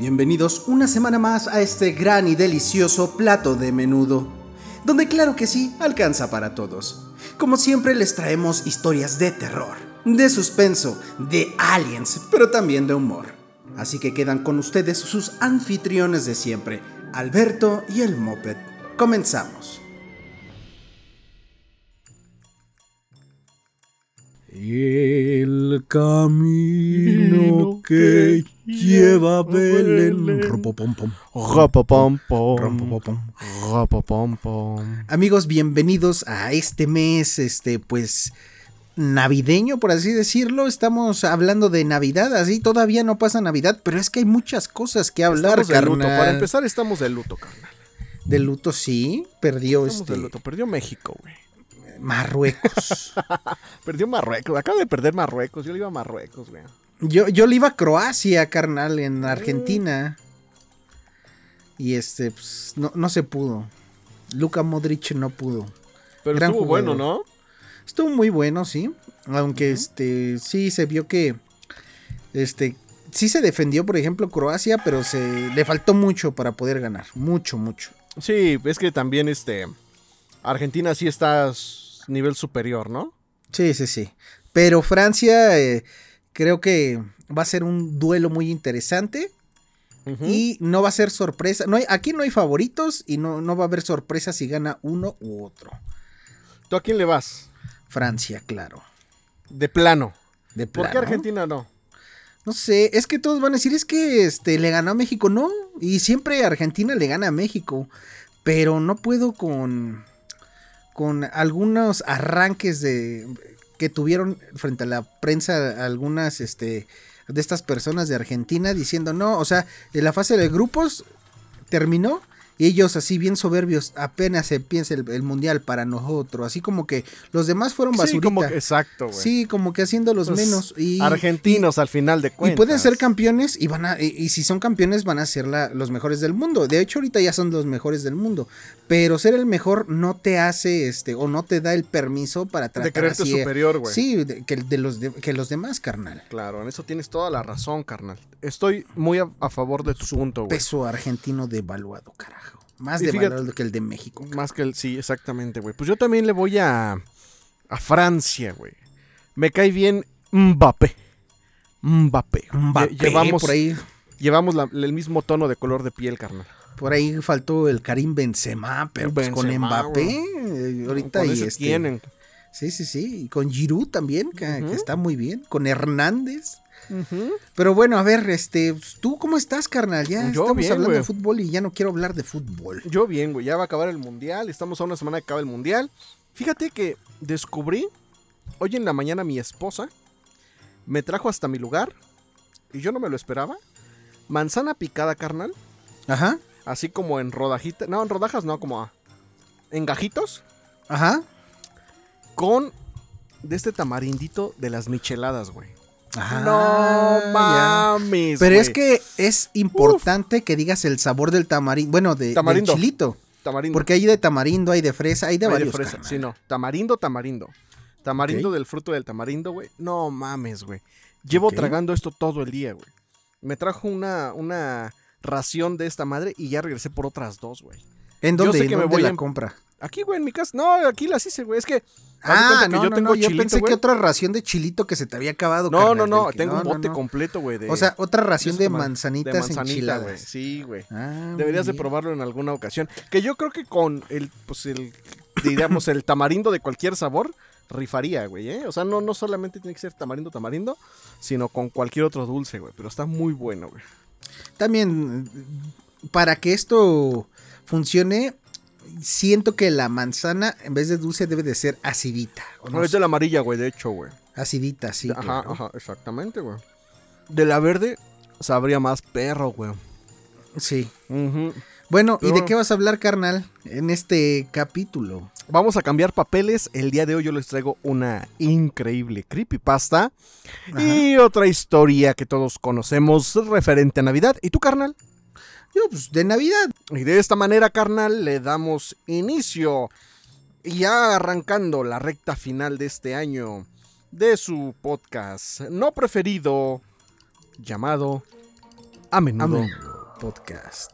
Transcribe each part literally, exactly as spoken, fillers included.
Bienvenidos una semana más a este gran y delicioso plato de menudo, donde claro que sí, alcanza para todos. Como siempre les traemos historias de terror, de suspenso, de aliens, pero también de humor. Así que quedan con ustedes sus anfitriones de siempre, Alberto y el Moped. Comenzamos. El camino que lleva a Belén. Ropopom-pom. Ropopom-pom. Ropopom. Ropopom-pom. Amigos, bienvenidos a este mes, este, pues, navideño, por así decirlo. Estamos hablando de Navidad, así todavía no pasa Navidad, pero es que hay muchas cosas que hablar, Estamos de carnal. luto. Para empezar, estamos de luto, carnal. De luto, sí, perdió Estamos este de luto. Perdió México, güey. Marruecos. Perdió Marruecos. Acaba de perder Marruecos. Yo le iba a Marruecos, güey. Yo, yo le iba a Croacia, carnal, en Argentina. Y este, pues, no, no se pudo. Luka Modric no pudo. Pero Gran estuvo jugador. bueno, ¿no? Estuvo muy bueno, sí. Aunque Uh-huh. este, sí se vio que este, sí se defendió, por ejemplo, Croacia, pero se le faltó mucho para poder ganar. Mucho, mucho. Sí, es que también este Argentina sí está nivel superior, ¿no? Sí, sí, sí. Pero Francia, eh, creo que va a ser un duelo muy interesante. Uh-huh. Y no va a ser sorpresa. No hay, aquí no hay favoritos y no, no va a haber sorpresa si gana uno u otro. ¿Tú a quién le vas? Francia, claro. De plano. De ¿Por plano. qué Argentina no? No sé, es que todos van a decir, es que este le ganó a México. No, y siempre Argentina le gana a México. Pero no puedo con, con algunos arranques de que tuvieron frente a la prensa algunas este, de estas personas de Argentina diciendo, no, o sea, en la fase de grupos terminó. Y ellos así bien soberbios, apenas se piensa el, el mundial para nosotros. Así como que los demás fueron basurita. Sí, como que, exacto, güey. Sí, como que haciendo los Pues, menos. Y, argentinos y, al final de cuentas. Y pueden ser campeones y van a y, y si son campeones van a ser la, los mejores del mundo. De hecho, ahorita ya son los mejores del mundo. Pero ser el mejor no te hace, este, o no te da el permiso para tratar de creerte así, superior, güey. Sí, de, que, de los de, que los demás, carnal. Claro, en eso tienes toda la razón, carnal. Estoy muy a, a favor de tu Su punto, güey. peso argentino devaluado, carajo. Más Y devaluado fíjate, que el de México. Carnal. Más que el, sí, exactamente, güey. Pues yo también le voy a, a Francia, güey. Me cae bien Mbappé. Mbappé. Mbappé, Lle- llevamos por ahí, llevamos la- el mismo tono de color de piel, carnal. por ahí faltó el Karim Benzema, pero pues con Benzema, Mbappé, eh, ahorita Con y ese este, tienen. sí, sí, sí, y con Giroud también, que, Uh-huh. que está muy bien, con Hernández. Uh-huh. Pero bueno, a ver, este, ¿tú cómo estás, carnal? Ya Yo estamos bien, hablando güey. de fútbol y ya no quiero hablar de fútbol. Yo bien, güey. Ya va a acabar el mundial. Estamos a una semana que acaba el mundial. Fíjate que descubrí hoy en la mañana mi esposa me trajo hasta mi lugar y yo no me lo esperaba. Manzana picada, carnal. Ajá, Así como en rodajitas. No, en rodajas no, como a- en gajitos. ajá. Con de este tamarindito de las micheladas, güey. Ah, no ya. mames, Pero güey. es que es importante que digas el sabor del tamarindo, bueno, de, Tamarindo. del chilito. Tamarindo. Porque hay de tamarindo, hay de fresa, hay de Hay de varios, fresa. carnal. Sí, no. Tamarindo, tamarindo. Tamarindo Ok. del fruto del tamarindo, güey. No mames, güey. Llevo Ok. tragando esto todo el día, güey. Me trajo una, una ración de esta madre y ya regresé por otras dos, güey. ¿En Yo dónde, sé que ¿En me dónde voy la en- compra? Aquí, güey, en mi casa. No, aquí las hice, güey. Es que. haz de Ah, cuenta que no, yo no, tengo no, yo chilito, pensé güey. que otra ración de chilito que se te había acabado, No, carnal, no, no. del que- Tengo un no, bote no. completo, güey. De... O sea, otra ración de de esa madre. manzanitas de manzanita, enchiladas. güey. Sí, güey. Ah, Deberías muy de bien. probarlo en alguna ocasión. Que yo creo que con el, pues el, diríamos, el tamarindo de cualquier sabor, rifaría, güey, ¿eh? O sea, no, no solamente tiene que ser tamarindo, tamarindo, sino con cualquier otro dulce, güey. Pero está muy bueno, güey. También, para que esto funcione, siento que la manzana, en vez de dulce, debe de ser acidita. ¿O no No, es de la amarilla, güey, de hecho, güey. Acidita, sí. Ajá, claro. ajá, exactamente, güey. De la verde, sabría más perro, güey. Sí. Ujú. Bueno, ¿y Pero de bueno. qué vas a hablar, carnal, en este capítulo? Vamos a cambiar papeles. El día de hoy yo les traigo una increíble creepypasta. Ajá. Y otra historia que todos conocemos referente a Navidad. ¿Y tú, carnal? Yo, pues, de Navidad. Y de esta manera, carnal, le damos inicio. Y ya arrancando la recta final de este año de su podcast no preferido, llamado A Menudo. A menudo. Podcast.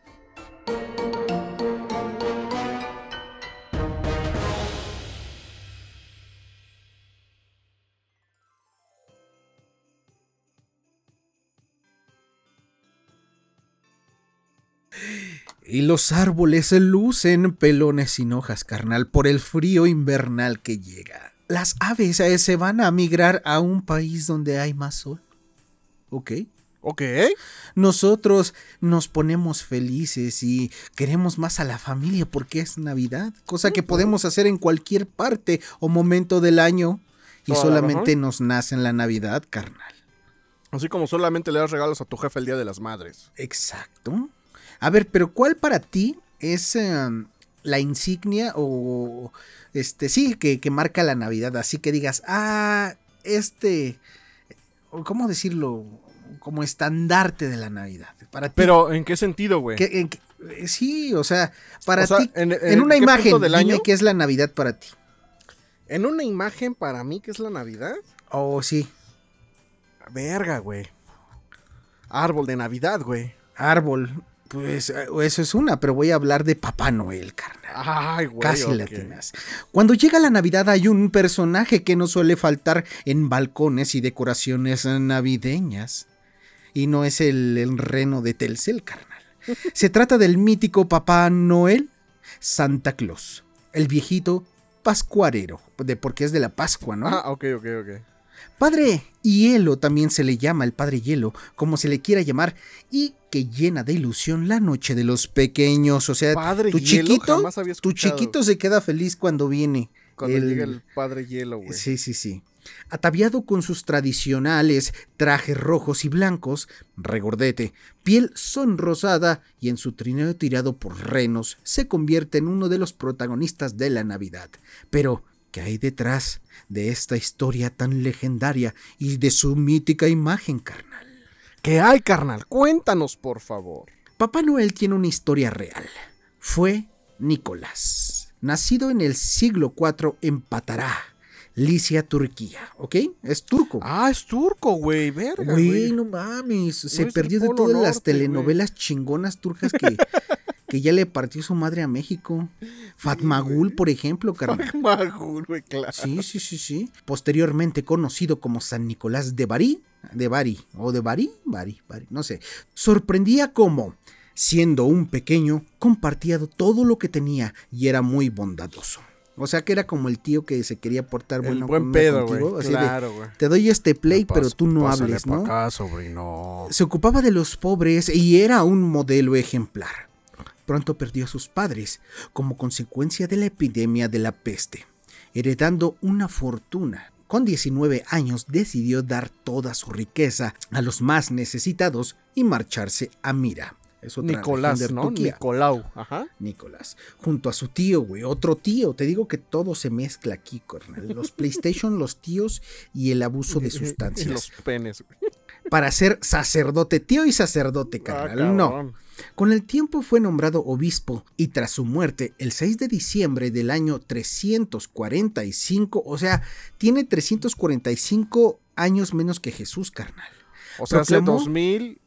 Y los árboles lucen pelones sin hojas, carnal, por el frío invernal que llega. Las aves eh, se van a migrar a un país donde hay más sol. ¿Ok? Ok. Nosotros nos ponemos felices y queremos más a la familia porque es Navidad, cosa que podemos hacer en cualquier parte o momento del año y Toda la solamente razón. nos nace en la Navidad, carnal. Así como solamente le das regalos a tu jefe el Día de las Madres. Exacto. A ver, pero ¿cuál para ti es eh, la insignia o este sí que, que marca la Navidad? Así que digas, ah, este, ¿cómo decirlo? Como estandarte de la Navidad. Para ti. Pero, ¿en qué sentido, güey? ¿Qué- en qué- eh, sí, o sea, para O sea, ti, en- en, en una qué imagen, punto del dime año? qué es la Navidad para ti. En una imagen para mí que es la Navidad. Oh, sí, Verga, güey. Árbol de Navidad, güey. árbol. Pues eh, eso es una, pero voy a hablar de Papá Noel, carnal. Ay, güey. Casi ok. latinas. Cuando llega la Navidad hay un personaje que no suele faltar en balcones y decoraciones navideñas. Y no es el, el reno de Telcel, carnal. Se trata del mítico Papá Noel, Santa Claus, el viejito pascuarero, de, porque es de la Pascua, ¿no? Ah, ok, ok, ok. Padre Hielo también se le llama, el Padre Hielo, como se le quiera llamar, y que llena de ilusión la noche de los pequeños. O sea, Padre tu Hielo, chiquito, jamás había tu escuchado. chiquito se queda feliz cuando viene. Cuando el- llega el Padre Hielo, güey. Sí, sí, sí. Ataviado con sus tradicionales trajes rojos y blancos, regordete, piel sonrosada y en su trineo tirado por renos, se convierte en uno de los protagonistas de la Navidad. Pero, ¿qué hay detrás de esta historia tan legendaria y de su mítica imagen, carnal? ¿Qué hay, carnal? Cuéntanos, por favor. Papá Noel tiene una historia real. Fue Nicolás, nacido en el siglo cuatro en Patará, Licia, Turquía, ¿ok? Es turco. Ah, es turco, güey. Verga, Güey, güey. no mames, se es el perdió de Polo todas las Norte, telenovelas chingonas turcas que, que ya le partió su madre a México. Fatmagul, por ejemplo, carnal. Magul, güey, claro. Sí, sí, sí, sí. Posteriormente conocido como San Nicolás de Bari, de Bari, o de Bari, Bari, Bari, no sé. Sorprendía como, siendo un pequeño, compartía todo lo que tenía y era muy bondadoso. O sea que era como el tío que se quería portar El bueno buen con- pedo, contigo, güey. así de, Claro, güey. te doy este play, pero tú no Pásale hables, pa' ¿no? acá, sobrino. Se ocupaba de los pobres y era un modelo ejemplar. Pronto perdió a sus padres como consecuencia de la epidemia de la peste, heredando una fortuna. Con diecinueve años decidió dar toda su riqueza a los más necesitados y marcharse a Mira. Es otra Nicolás, región de ¿no? Turquía. Nicolau. Ajá. Nicolás, junto a su tío, güey, otro tío. Te digo que todo se mezcla aquí, carnal. Los PlayStation, los tíos y el abuso de Y sustancias. los penes, güey. Para ser sacerdote, tío y sacerdote, Ah, carnal. no. cabrón. Con el tiempo fue nombrado obispo y tras su muerte, el seis de diciembre del año trescientos cuarenta y cinco, o sea, tiene trescientos cuarenta y cinco años menos que Jesús, carnal. O sea, hace Proclamó- dos mil...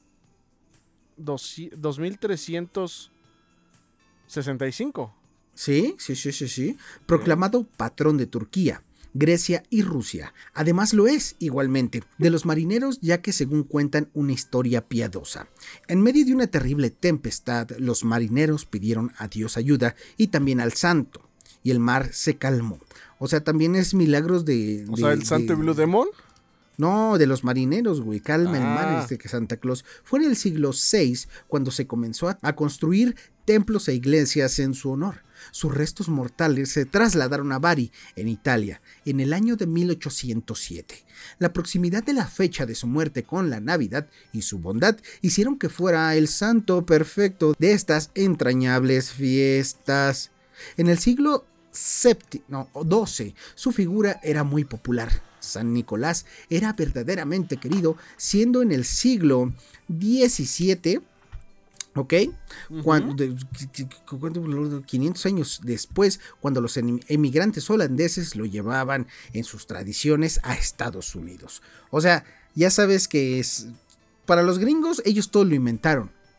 dos mil trescientos sesenta y cinco. Sí, sí, sí, sí, sí. Proclamado patrón de Turquía, Grecia y Rusia. Además lo es, igualmente, de los marineros, ya que según cuentan una historia piadosa. En medio de una terrible tempestad, los marineros pidieron a Dios ayuda y también al santo, y el mar se calmó. O sea, también es milagros de... O de- sea, el Santo de- Blue Demon. No, de los marineros, güey. Calma el Ah. mar, este que Santa Claus. Fue en el siglo seis cuando se comenzó a, a construir templos e iglesias en su honor. Sus restos mortales se trasladaron a Bari, en Italia, en el año de mil ochocientos siete. La proximidad de la fecha de su muerte con la Navidad y su bondad hicieron que fuera el santo perfecto de estas entrañables fiestas. En el siglo séptimo, no, doce, su figura era muy popular. San Nicolás era verdaderamente querido, siendo en el siglo diecisiete, ¿ok? Ujú. Cuando, de- cuando- quinientos años después, cuando los em- emigrantes holandeses lo llevaban en sus tradiciones a Estados Unidos. O sea, ya sabes que es, para los gringos ellos todo lo inventaron.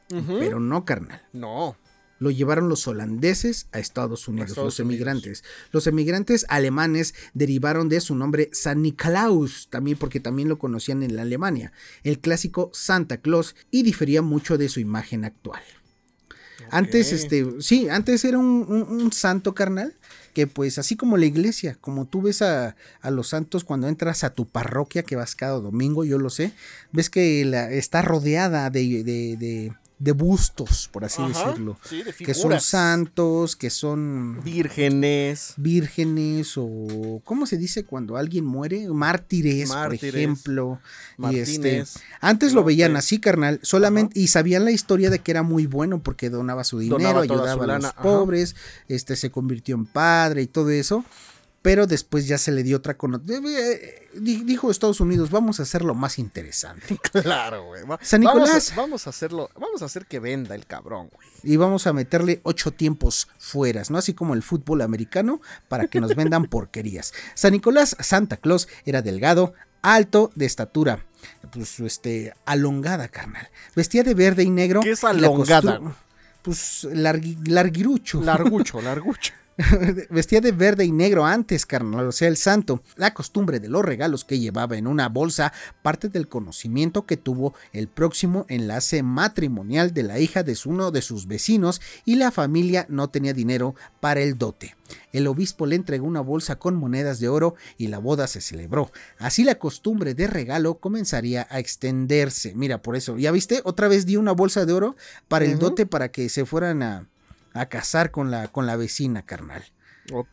Ujú. Pero no, carnal. No. Lo llevaron los holandeses a Estados Unidos, Estados los Unidos. emigrantes. Los emigrantes alemanes derivaron de su nombre San Nikolaus, también porque también lo conocían en la Alemania, el clásico Santa Claus, y difería mucho de su imagen actual. Ok. Antes, este, sí, antes era un, un, un santo, carnal, que pues así como la iglesia, como tú ves a, a los santos cuando entras a tu parroquia, que vas cada domingo, yo lo sé, ves que la, está rodeada de, de, de, de bustos, por así Ajá, decirlo, sí, de que son figuras. santos, que son Vírgenes. vírgenes o ¿cómo se dice cuando alguien muere? Mártires, Mártires, por ejemplo. Y este, Martínez. antes lo veían López. así, carnal, solamente y sabían la historia de que era muy bueno porque donaba su dinero, Donaba toda ayudaba su a lana, los ajá. pobres, este se convirtió en padre y todo eso. Pero después ya se le dio otra connotación. Dijo Estados Unidos, vamos a hacerlo más interesante. Claro, güey. Va- San vamos, Nicolás. a, vamos a hacerlo, vamos a hacer que venda el cabrón, güey. Y vamos a meterle ocho tiempos fueras, ¿no? Así como el fútbol americano, para que nos vendan porquerías. San Nicolás Santa Claus era delgado, alto, de estatura, pues, este, alongada, carnal. Vestía de verde y negro. ¿Qué es y la alongada? costu- Pues largui- larguirucho. Largucho, largucho. Vestía de verde y negro antes, carnal, o sea, el santo. La costumbre de los regalos que llevaba en una bolsa parte del conocimiento que tuvo el próximo enlace matrimonial de la hija de uno de sus vecinos y la familia no tenía dinero para el dote. El obispo le entregó una bolsa con monedas de oro y la boda se celebró. Así la costumbre de regalo comenzaría a extenderse. Mira, por eso, ¿ya viste? Otra vez dio una bolsa de oro para el Ujú. dote para que se fueran a... a casar con la, con la vecina, carnal. Ok.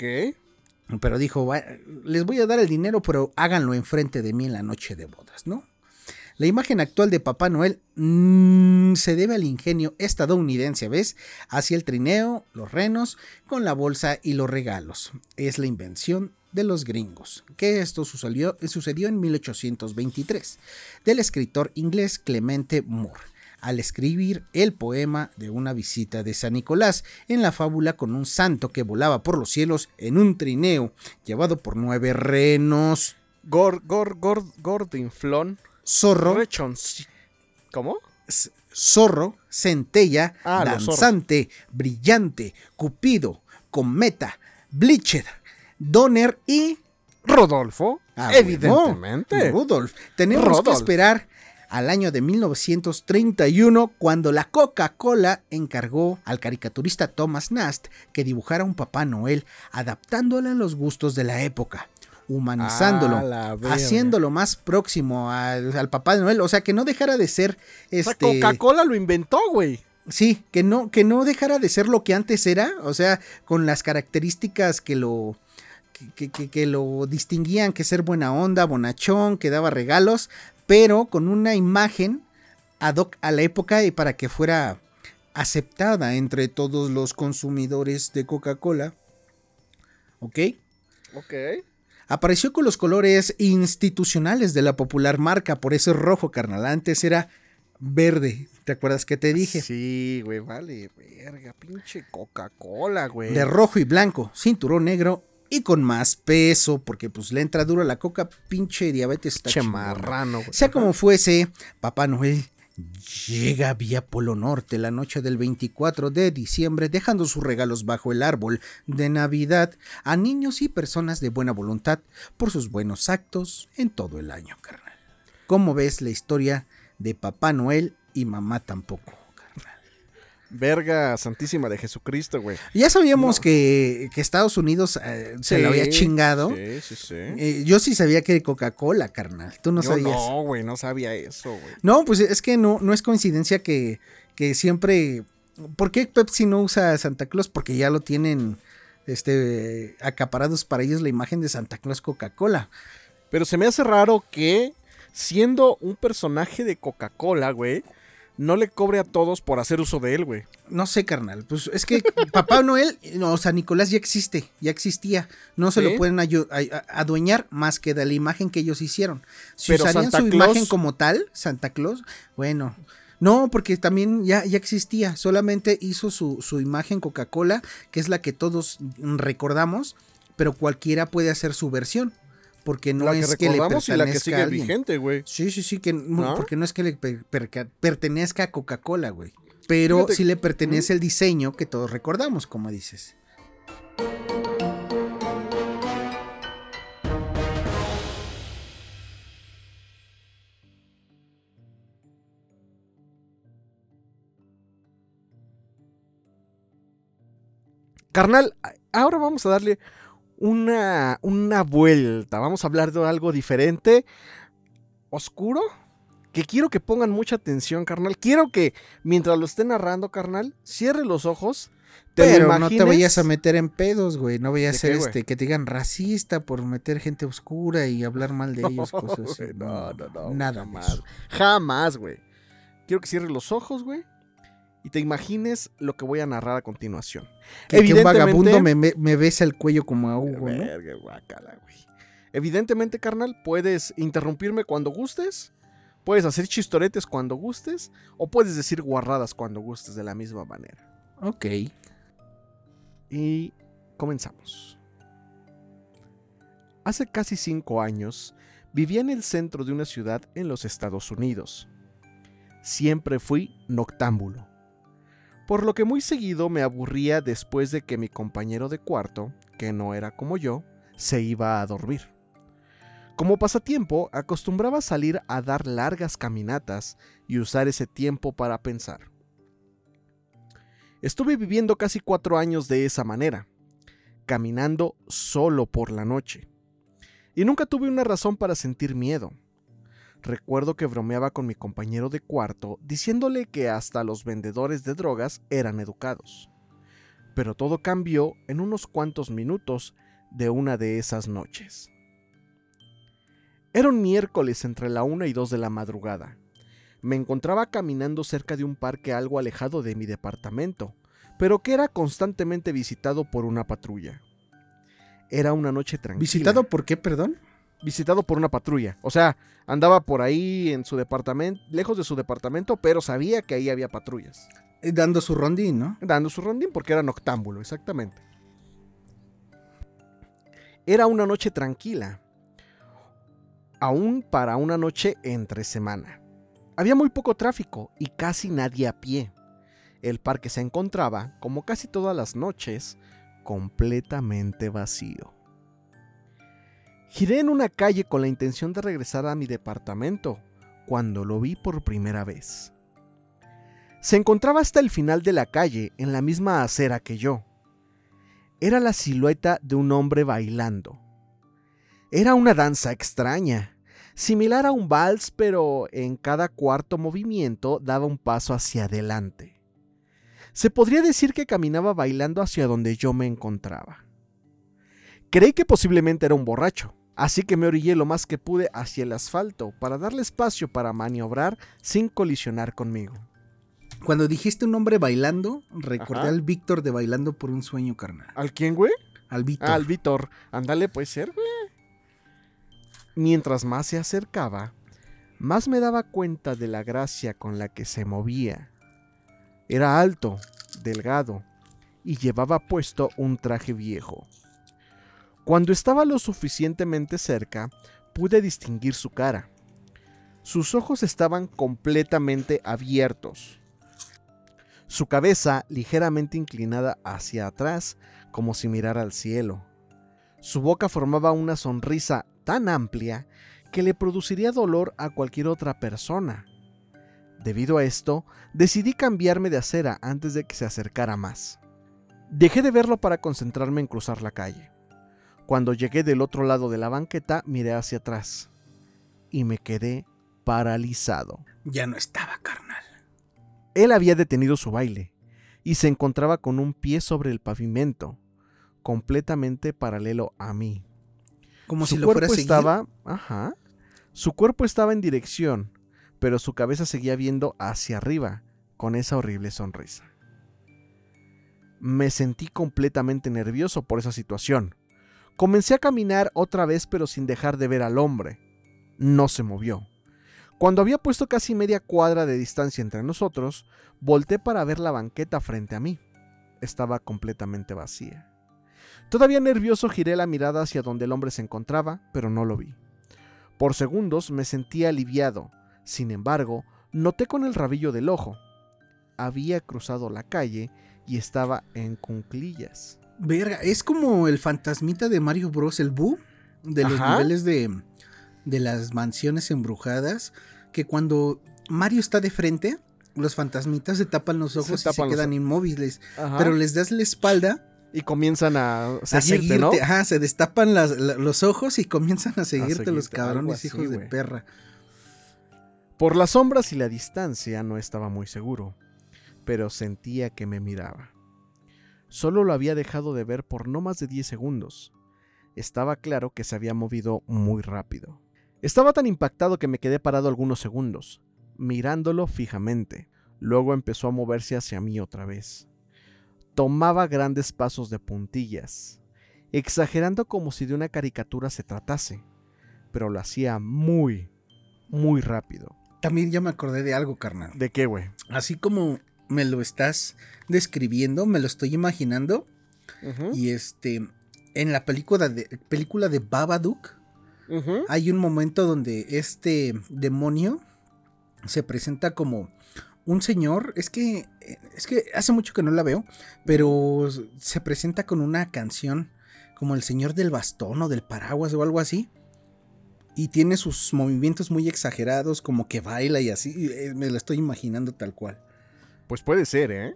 Pero dijo, "Va- les voy a dar el dinero, pero háganlo enfrente de mí en la noche de bodas, ¿no?" La imagen actual de Papá Noel mmm, se debe al ingenio estadounidense, ¿ves? Hacia el trineo, los renos, con la bolsa y los regalos. Es la invención de los gringos, que esto sucedió, sucedió en mil ochocientos veintitrés, del escritor inglés Clemente Moore, al escribir el poema de una visita de San Nicolás en la fábula con un santo que volaba por los cielos en un trineo llevado por nueve renos, Gor, gor, gor, gordinflón. zorro, Rechonci- ¿Cómo? s- zorro, centella, Ah, los zorros. danzante, brillante, cupido, cometa, bleacher, doner y Rodolfo. Ah, Evidentemente. bueno, Rudolf. Tenemos Rudolf. que esperar al año de mil novecientos treinta y uno, cuando la Coca-Cola encargó al caricaturista Thomas Nast que dibujara un Papá Noel, adaptándolo a los gustos de la época, humanizándolo, Ah, la verga. haciéndolo más próximo al, al Papá Noel, o sea, que no dejara de ser O sea, este... Coca-Cola lo inventó, güey. Sí, que no, que no dejara de ser lo que antes era, o sea, con las características que lo, que, que, que lo distinguían, que ser buena onda, bonachón, que daba regalos, pero con una imagen ad hoc a la época y para que fuera aceptada entre todos los consumidores de Coca-Cola. ¿Ok? Ok. Apareció con los colores institucionales de la popular marca, por eso es rojo, carnal. Antes era verde, ¿te acuerdas que te dije? Sí, güey, vale, verga, pinche Coca-Cola, güey. De rojo y blanco, cinturón negro y con más peso, porque pues le entra duro a la coca, pinche diabetes está Che chingona. marrano, güey. Sea como fuese, Papá Noel llega vía Polo Norte la noche del veinticuatro de diciembre, dejando sus regalos bajo el árbol de Navidad a niños y personas de buena voluntad por sus buenos actos en todo el año, carnal. ¿Cómo ves la historia de Papá Noel y mamá tampoco, carnal? Verga santísima de Jesucristo, güey. Ya sabíamos No. que, que Estados Unidos eh, se Sí, lo había chingado. Sí, sí, sí. Eh, yo sí sabía que Coca-Cola, carnal. Tú no Yo sabías. no, güey, no sabía eso, güey. No, pues es que no, no es coincidencia que, que siempre... ¿Por qué Pepsi no usa a Santa Claus? Porque ya lo tienen este, acaparados para ellos la imagen de Santa Claus Coca-Cola. Pero se me hace raro que, siendo un personaje de Coca-Cola, güey, no le cobre a todos por hacer uso de él, güey. No sé, carnal. Pues es que Papá Noel, no, o sea, Nicolás ya existe, ya existía. No se ¿Sí? lo pueden ayu- a- a- adueñar más que de la imagen que ellos hicieron. Si Pero usarían Santa su Claus- imagen como tal, Santa Claus, bueno... No, porque también ya, ya existía, solamente hizo su, su imagen Coca-Cola, que es la que todos recordamos, pero cualquiera puede hacer su versión, porque no la que es que le recordamos y la que pertenezca sigue a alguien. vigente, güey. Sí, sí, sí, que ¿No? porque no es que le per- per- pertenezca a Coca-Cola, güey. pero Fíjate, sí le pertenece el diseño que todos recordamos, como dices. carnal, ahora vamos a darle una, una vuelta. Vamos a hablar de algo diferente, oscuro, que quiero que pongan mucha atención, carnal. Quiero que mientras lo esté narrando, carnal, cierre los ojos. Te Pero lo no te imagines. vayas a meter en pedos, güey. No vayas a ¿De ser qué, güey? este, que te digan racista por meter gente oscura y hablar mal de ellos, No, cosas así. güey, no, no, no, Nada jamás. más. Jamás, güey. Quiero que cierres los ojos, güey, y te imagines lo que voy a narrar a continuación. Que, que un vagabundo me, me, me besa el cuello como a Hugo, ¿no? Verga, guácala, güey. Evidentemente, carnal, puedes interrumpirme cuando gustes, puedes hacer chistoretes cuando gustes, o puedes decir guarradas cuando gustes de la misma manera. Ok. Y comenzamos. Hace casi cinco años, vivía en el centro de una ciudad en los Estados Unidos. Siempre fui noctámbulo, por lo que muy seguido me aburría después de que mi compañero de cuarto, que no era como yo, se iba a dormir. Como pasatiempo, acostumbraba salir a dar largas caminatas y usar ese tiempo para pensar. Estuve viviendo casi cuatro años de esa manera, caminando solo por la noche, y nunca tuve una razón para sentir miedo. Recuerdo que bromeaba con mi compañero de cuarto diciéndole que hasta los vendedores de drogas eran educados. Pero todo cambió en unos cuantos minutos de una de esas noches. Era un miércoles entre la una y dos de la madrugada. Me encontraba caminando cerca de un parque algo alejado de mi departamento, pero que era constantemente visitado por una patrulla. Era una noche tranquila. ¿Visitado por qué, perdón? Visitado por una patrulla. O sea, andaba por ahí en su departamento, lejos de su departamento, pero sabía que ahí había patrullas. Dando su rondín, ¿no? Dando su rondín porque era noctámbulo, exactamente. Era una noche tranquila, aún para una noche entre semana. Había muy poco tráfico y casi nadie a pie. El parque se encontraba, como casi todas las noches, completamente vacío. Giré en una calle con la intención de regresar a mi departamento cuando lo vi por primera vez. Se encontraba hasta el final de la calle, en la misma acera que yo. Era la silueta de un hombre bailando. Era una danza extraña, similar a un vals, pero en cada cuarto movimiento daba un paso hacia adelante. Se podría decir que caminaba bailando hacia donde yo me encontraba. Creí que posiblemente era un borracho, así que me orillé lo más que pude hacia el asfalto para darle espacio para maniobrar sin colisionar conmigo. Cuando dijiste un hombre bailando, recordé Ajá. al Víctor de Bailando por un Sueño, carnal. ¿Al quién, güey? Al Víctor. Ah, al Víctor. Ándale, puede ser, güey. Mientras más se acercaba, más me daba cuenta de la gracia con la que se movía. Era alto, delgado, y llevaba puesto un traje viejo. Cuando estaba lo suficientemente cerca, pude distinguir su cara. Sus ojos estaban completamente abiertos. Su cabeza ligeramente inclinada hacia atrás, como si mirara al cielo. Su boca formaba una sonrisa tan amplia que le produciría dolor a cualquier otra persona. Debido a esto, decidí cambiarme de acera antes de que se acercara más. Dejé de verlo para concentrarme en cruzar la calle. Cuando llegué del otro lado de la banqueta, miré hacia atrás y me quedé paralizado. Ya no estaba, carnal. Él había detenido su baile y se encontraba con un pie sobre el pavimento, completamente paralelo a mí. Como Su si lo fuera a cuerpo seguir. estaba, ajá, su cuerpo estaba en dirección, pero su cabeza seguía viendo hacia arriba con esa horrible sonrisa. Me sentí completamente nervioso por esa situación. Comencé a caminar otra vez, pero sin dejar de ver al hombre. No se movió. Cuando había puesto casi media cuadra de distancia entre nosotros, volteé para ver la banqueta frente a mí. Estaba completamente vacía. Todavía nervioso giré la mirada hacia donde el hombre se encontraba, pero no lo vi. Por segundos me sentí aliviado. Sin embargo, noté con el rabillo del ojo había cruzado la calle y estaba en cuclillas. Verga, es como el fantasmita de Mario Bros, el Boo, de los Ajá. niveles de, de las mansiones embrujadas, que cuando Mario está de frente, los fantasmitas se tapan los ojos Se y se tapan los quedan ojos. inmóviles, Ajá. pero les das la espalda Y comienzan a a seguirte, seguirte, ¿no? ajá, se destapan las- la- los ojos y comienzan a seguirte, seguirte, los algo cabrones así, hijos de güey. perra. Por las sombras y la distancia no estaba muy seguro, pero sentía que me miraba. Solo lo había dejado de ver por no más de diez segundos. Estaba claro que se había movido muy rápido. Estaba tan impactado que me quedé parado algunos segundos, mirándolo fijamente. Luego empezó a moverse hacia mí otra vez. Tomaba grandes pasos de puntillas, exagerando como si de una caricatura se tratase, pero lo hacía muy, muy rápido. También ya me acordé de algo, carnal. ¿De qué, güey? Así como me lo estás describiendo, me lo estoy imaginando. Uh-huh. Y este, en la película de, película de Babadook, Uh-huh. hay un momento donde este demonio se presenta como un señor. Es que, es que hace mucho que no la veo, pero se presenta con una canción como el señor del bastón o del paraguas o algo así. Y tiene sus movimientos muy exagerados, como que baila y así. Me lo estoy imaginando tal cual. Pues puede ser, ¿eh?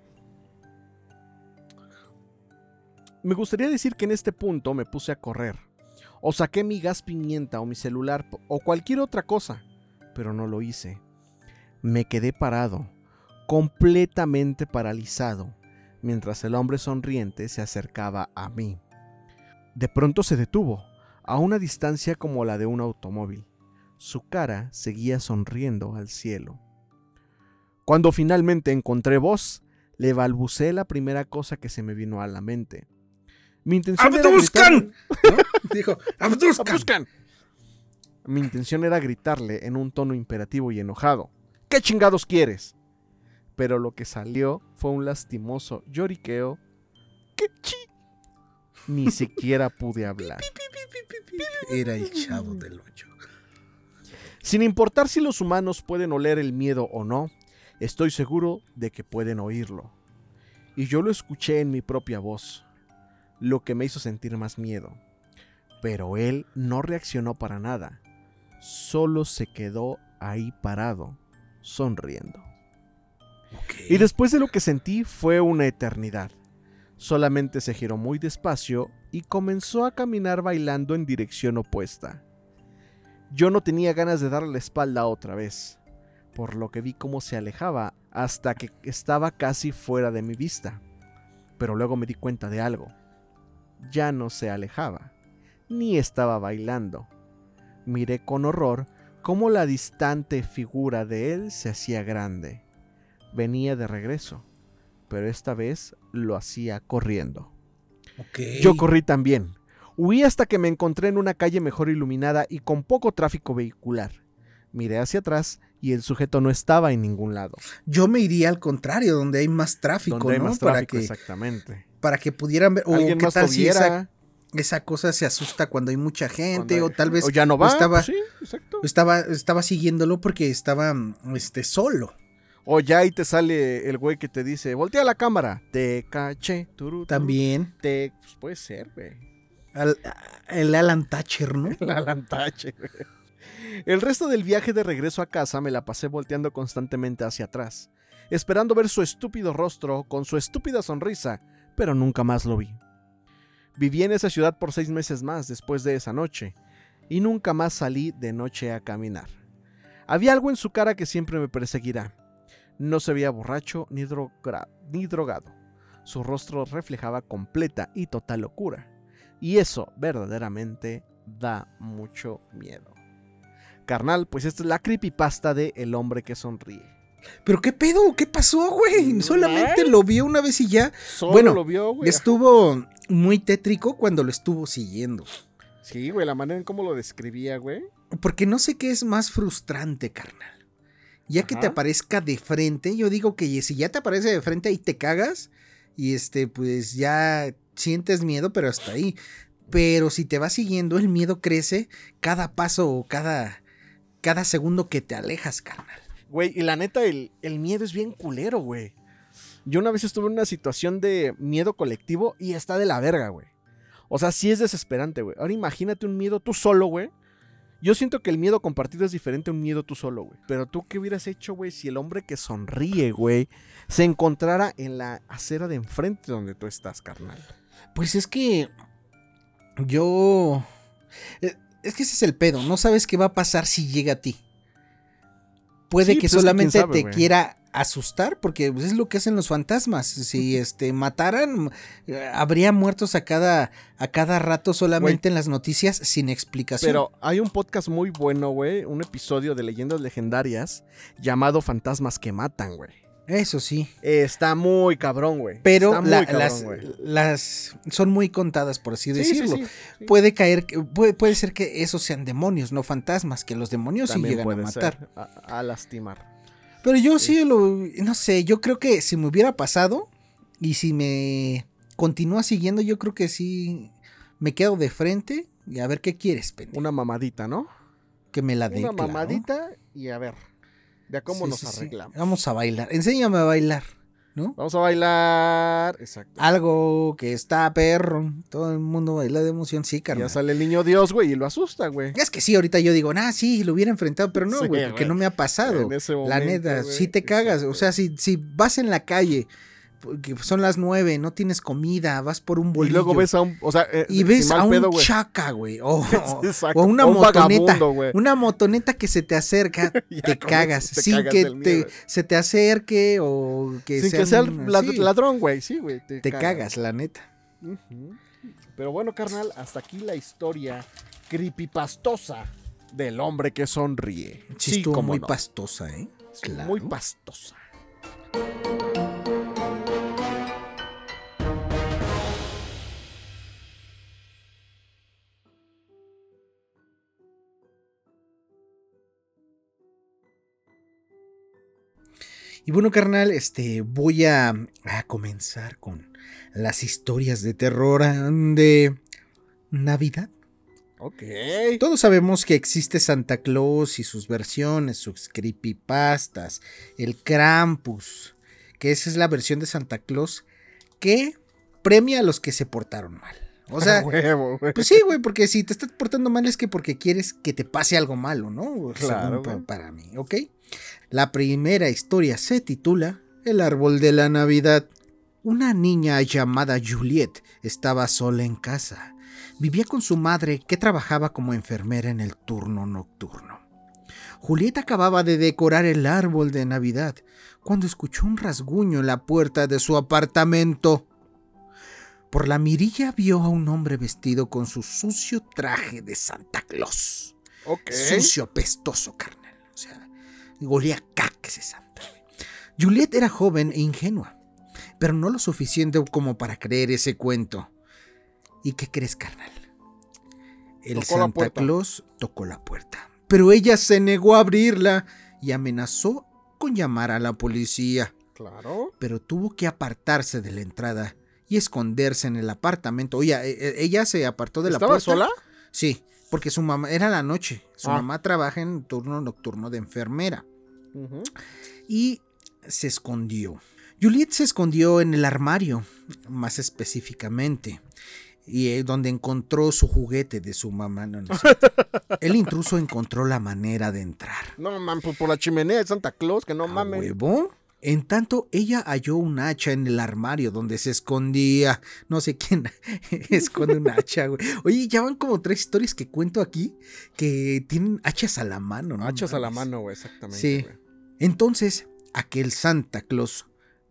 Me gustaría decir que en este punto me puse a correr, o saqué mi gas pimienta o mi celular o cualquier otra cosa, pero no lo hice. Me quedé parado, completamente paralizado, mientras el hombre sonriente se acercaba a mí. De pronto se detuvo, a una distancia como la de un automóvil. Su cara seguía sonriendo al cielo. Cuando finalmente encontré voz, le balbuceé la primera cosa que se me vino a la mente. Mi intención era ¡Abduscan! gritarle- ¿No? Dijo, ¡Abduscan! ¡Abduscan! Mi intención era gritarle en un tono imperativo y enojado. ¿Qué chingados quieres? Pero lo que salió fue un lastimoso lloriqueo. ¡Qué chi! Ni siquiera pude hablar. Era el Chavo del Ocho. Sin importar si los humanos pueden oler el miedo o no, estoy seguro de que pueden oírlo. Y yo lo escuché en mi propia voz, lo que me hizo sentir más miedo. Pero él no reaccionó para nada, solo se quedó ahí parado, sonriendo. Okay. Y después de lo que sentí fue una eternidad. Solamente se giró muy despacio y comenzó a caminar bailando en dirección opuesta. Yo no tenía ganas de darle la espalda otra vez, por lo que vi cómo se alejaba hasta que estaba casi fuera de mi vista. Pero luego me di cuenta de algo. Ya no se alejaba, ni estaba bailando. Miré con horror cómo la distante figura de él se hacía grande. Venía de regreso, pero esta vez lo hacía corriendo. Okay. Yo corrí también. Huí hasta que me encontré en una calle mejor iluminada y con poco tráfico vehicular. Miré hacia atrás y el sujeto no estaba en ningún lado. Yo me iría al contrario, donde hay más tráfico, Donde hay ¿no? más para tráfico, que, exactamente. para que pudieran ver. O Alguien qué más tal lo si esa, viera. esa cosa se asusta cuando hay mucha gente, Cuando o hay- tal vez O ya no va. estaba, Pues sí, exacto. estaba, estaba siguiéndolo porque estaba este, solo. O ya ahí te sale el güey que te dice, voltea la cámara. Te caché. Turu, turu. También. Te... Pues puede ser, güey. Al, el Alan Thatcher, ¿no? La lantache, güey. El resto del viaje de regreso a casa me la pasé volteando constantemente hacia atrás, esperando ver su estúpido rostro con su estúpida sonrisa, pero nunca más lo vi. Viví en esa ciudad por seis meses más después de esa noche, y nunca más salí de noche a caminar. Había algo en su cara que siempre me perseguirá. No se veía borracho ni, droga- ni drogado. Su rostro reflejaba completa y total locura. Y eso verdaderamente da mucho miedo. Carnal, pues esta es la creepypasta de El hombre que sonríe. ¿Pero qué pedo? ¿Qué pasó, güey? Solamente ¿Eh? lo vio una vez y ya. Solo Bueno, lo vio, güey. Estuvo muy tétrico cuando lo estuvo siguiendo. Sí, güey, la manera en cómo lo describía, güey. Porque no sé qué es más frustrante, carnal. Ya que Ajá. te aparezca de frente, yo digo que si ya te aparece de frente ahí te cagas y este, pues ya sientes miedo, pero hasta ahí. Pero si te va siguiendo, el miedo crece cada paso o cada, cada segundo que te alejas, carnal. Güey, y la neta, el, el miedo es bien culero, güey. Yo una vez estuve en una situación de miedo colectivo y está de la verga, güey. O sea, sí es desesperante, güey. Ahora imagínate un miedo tú solo, güey. Yo siento que el miedo compartido es diferente a un miedo tú solo, güey. Pero tú, ¿qué hubieras hecho, güey, si el hombre que sonríe, güey, se encontrara en la acera de enfrente donde tú estás, carnal? Pues es que yo... Es que ese es el pedo. No sabes qué va a pasar si llega a ti. Puede Sí, que pues es que solamente quién sabe, te güey. quiera asustar, porque pues, es lo que hacen los fantasmas. Si este mataran, eh, habría muertos a cada, a cada rato solamente en las noticias sin explicación. Pero hay un podcast muy bueno, güey, un episodio de Leyendas Legendarias llamado Fantasmas que Matan, güey. Eso sí. Eh, está muy cabrón, güey. Pero Está muy la- cabrón, las, güey. las son muy contadas, por así Sí, sí, decirlo. sí, sí. Puede caer, puede, puede ser que esos sean demonios, no fantasmas, que los demonios También sí llegan a puede matar. ser, a, a lastimar. Pero yo sí lo, no sé, yo creo que si me hubiera pasado y si me continúa siguiendo, yo creo que sí me quedo de frente y a ver qué quieres, pendejo. Una mamadita, ¿no? Que me la dé. Una claro. mamadita y a ver, de a cómo Sí, nos sí, sí. arreglamos. Vamos a bailar. Enséñame a bailar, ¿no? Vamos a bailar. Exacto. Algo que está perro. Todo el mundo baila de emoción, sí, Y carnal. ya sale el niño Dios, güey, y lo asusta, güey. Es que sí, ahorita yo digo, nah, sí, lo hubiera enfrentado, pero no, Sí, güey, porque güey. no me ha pasado. En ese La momento, neta, güey, si te cagas, exacto. o sea, si, si vas en la calle, porque son las nueve, no tienes comida, vas por un Y bolillo. luego ves a un, o sea, eh, y sin ves mal a un pedo, güey. chaca, güey, o, Exacto. o una O un motoneta, vagabundo, güey. una motoneta que se te acerca, Ya te con cagas, eso te sin cagas que del te, miedo. se te acerque o que Sin sea que sea un- el lad- sí, ladrón, güey, sí, güey. Te, te cagas, la neta. Ujú. Pero bueno, carnal, hasta aquí la historia creepypastosa del hombre que sonríe. Sí, estuvo cómo muy no. pastosa, ¿eh? Sí, Claro. Muy pastosa. Y bueno, carnal, este, voy a, a comenzar con las historias de terror ah, de Navidad. Ok. Todos sabemos que existe Santa Claus y sus versiones, sus creepypastas, el Krampus, que esa es la versión de Santa Claus que premia a los que se portaron mal. O sea, huevo, güey. pues sí, güey, porque si te estás portando mal es que porque quieres que te pase algo malo, ¿no? Claro, Según pa- güey. para mí, ¿ok? La primera historia se titula El árbol de la Navidad. Una niña llamada Juliet estaba sola en casa. Vivía con su madre, que trabajaba como enfermera en el turno nocturno. Juliet acababa de decorar el árbol de Navidad cuando escuchó un rasguño en la puerta de su apartamento. Por la mirilla vio a un hombre vestido con su sucio traje de Santa Claus. Ok. Sucio, apestoso, carnal. O sea, golía a caca ese Santa. güey. Juliet era joven e ingenua, pero no lo suficiente como para creer ese cuento. ¿Y qué crees, carnal? El Tocó la Santa puerta. Claus tocó la puerta, pero ella se negó a abrirla y amenazó con llamar a la policía. Claro. Pero tuvo que apartarse de la entrada y esconderse en el apartamento. Oye, e- e- ella se apartó de la ¿Estaba puerta. sola? Sí, porque su mamá, era la noche, su Ah. mamá trabaja en turno nocturno de enfermera Ujú. y se escondió. Juliet se escondió en el armario, más específicamente, y eh, donde encontró su juguete de su mamá. No, no es cierto. El intruso encontró la manera de entrar. No mames, por, por la chimenea de Santa Claus, que no ¿A mames. huevo? En tanto, ella halló un hacha en el armario donde se escondía. No sé quién esconde un hacha, güey. Oye, ya van como tres historias que cuento aquí que tienen hachas a la mano, ¿no? Hachas a la mames. mano, güey, exactamente. Sí. güey. Entonces, aquel Santa Claus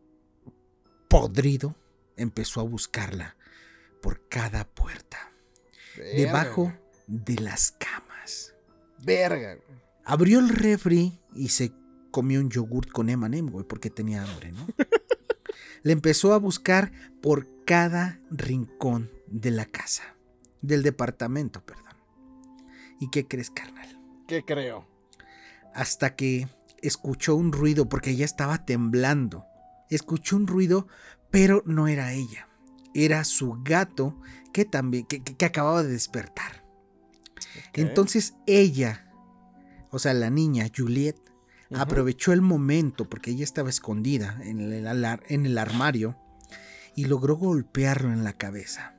podrido empezó a buscarla por cada puerta, Verga, debajo güey. de las camas. Verga, güey. Abrió el refri y se comió un yogurt con eme and eme, güey, porque tenía hambre, ¿no? Le empezó a buscar por cada rincón de la casa, del departamento, perdón. ¿Y qué crees, carnal? ¿Qué creo? Hasta que escuchó un ruido, porque ella estaba temblando. Escuchó un ruido, pero no era ella. Era su gato que también, que, que- que acababa de despertar. Ok. Entonces ella, o sea, la niña Juliet, Uh-huh. Aprovechó el momento, porque ella estaba escondida en el, en el armario, y logró golpearlo en la cabeza.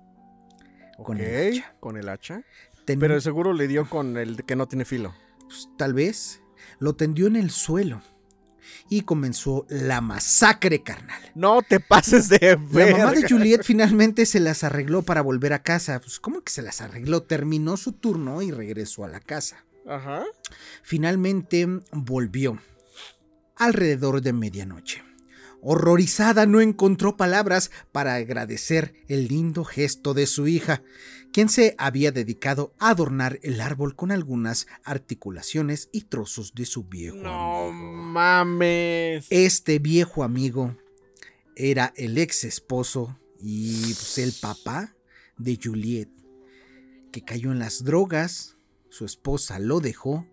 Con Ok, el hacha. Con el hacha. Ten... Pero seguro le dio con el que no tiene filo. Pues, tal vez. Lo tendió en el suelo. Y comenzó la masacre, carnal. No te pases de verga. La mamá de Juliet finalmente se las arregló para volver a casa. Pues, ¿cómo que se las arregló? Terminó su turno y regresó a la casa. Ajá. Finalmente volvió. Alrededor de medianoche. Horrorizada, no encontró palabras para agradecer el lindo gesto de su hija, quien se había dedicado a adornar el árbol con algunas articulaciones y trozos de su viejo No amigo. mames. Este viejo amigo era el ex esposo y pues, el papá de Juliet, que cayó en las drogas, su esposa lo dejó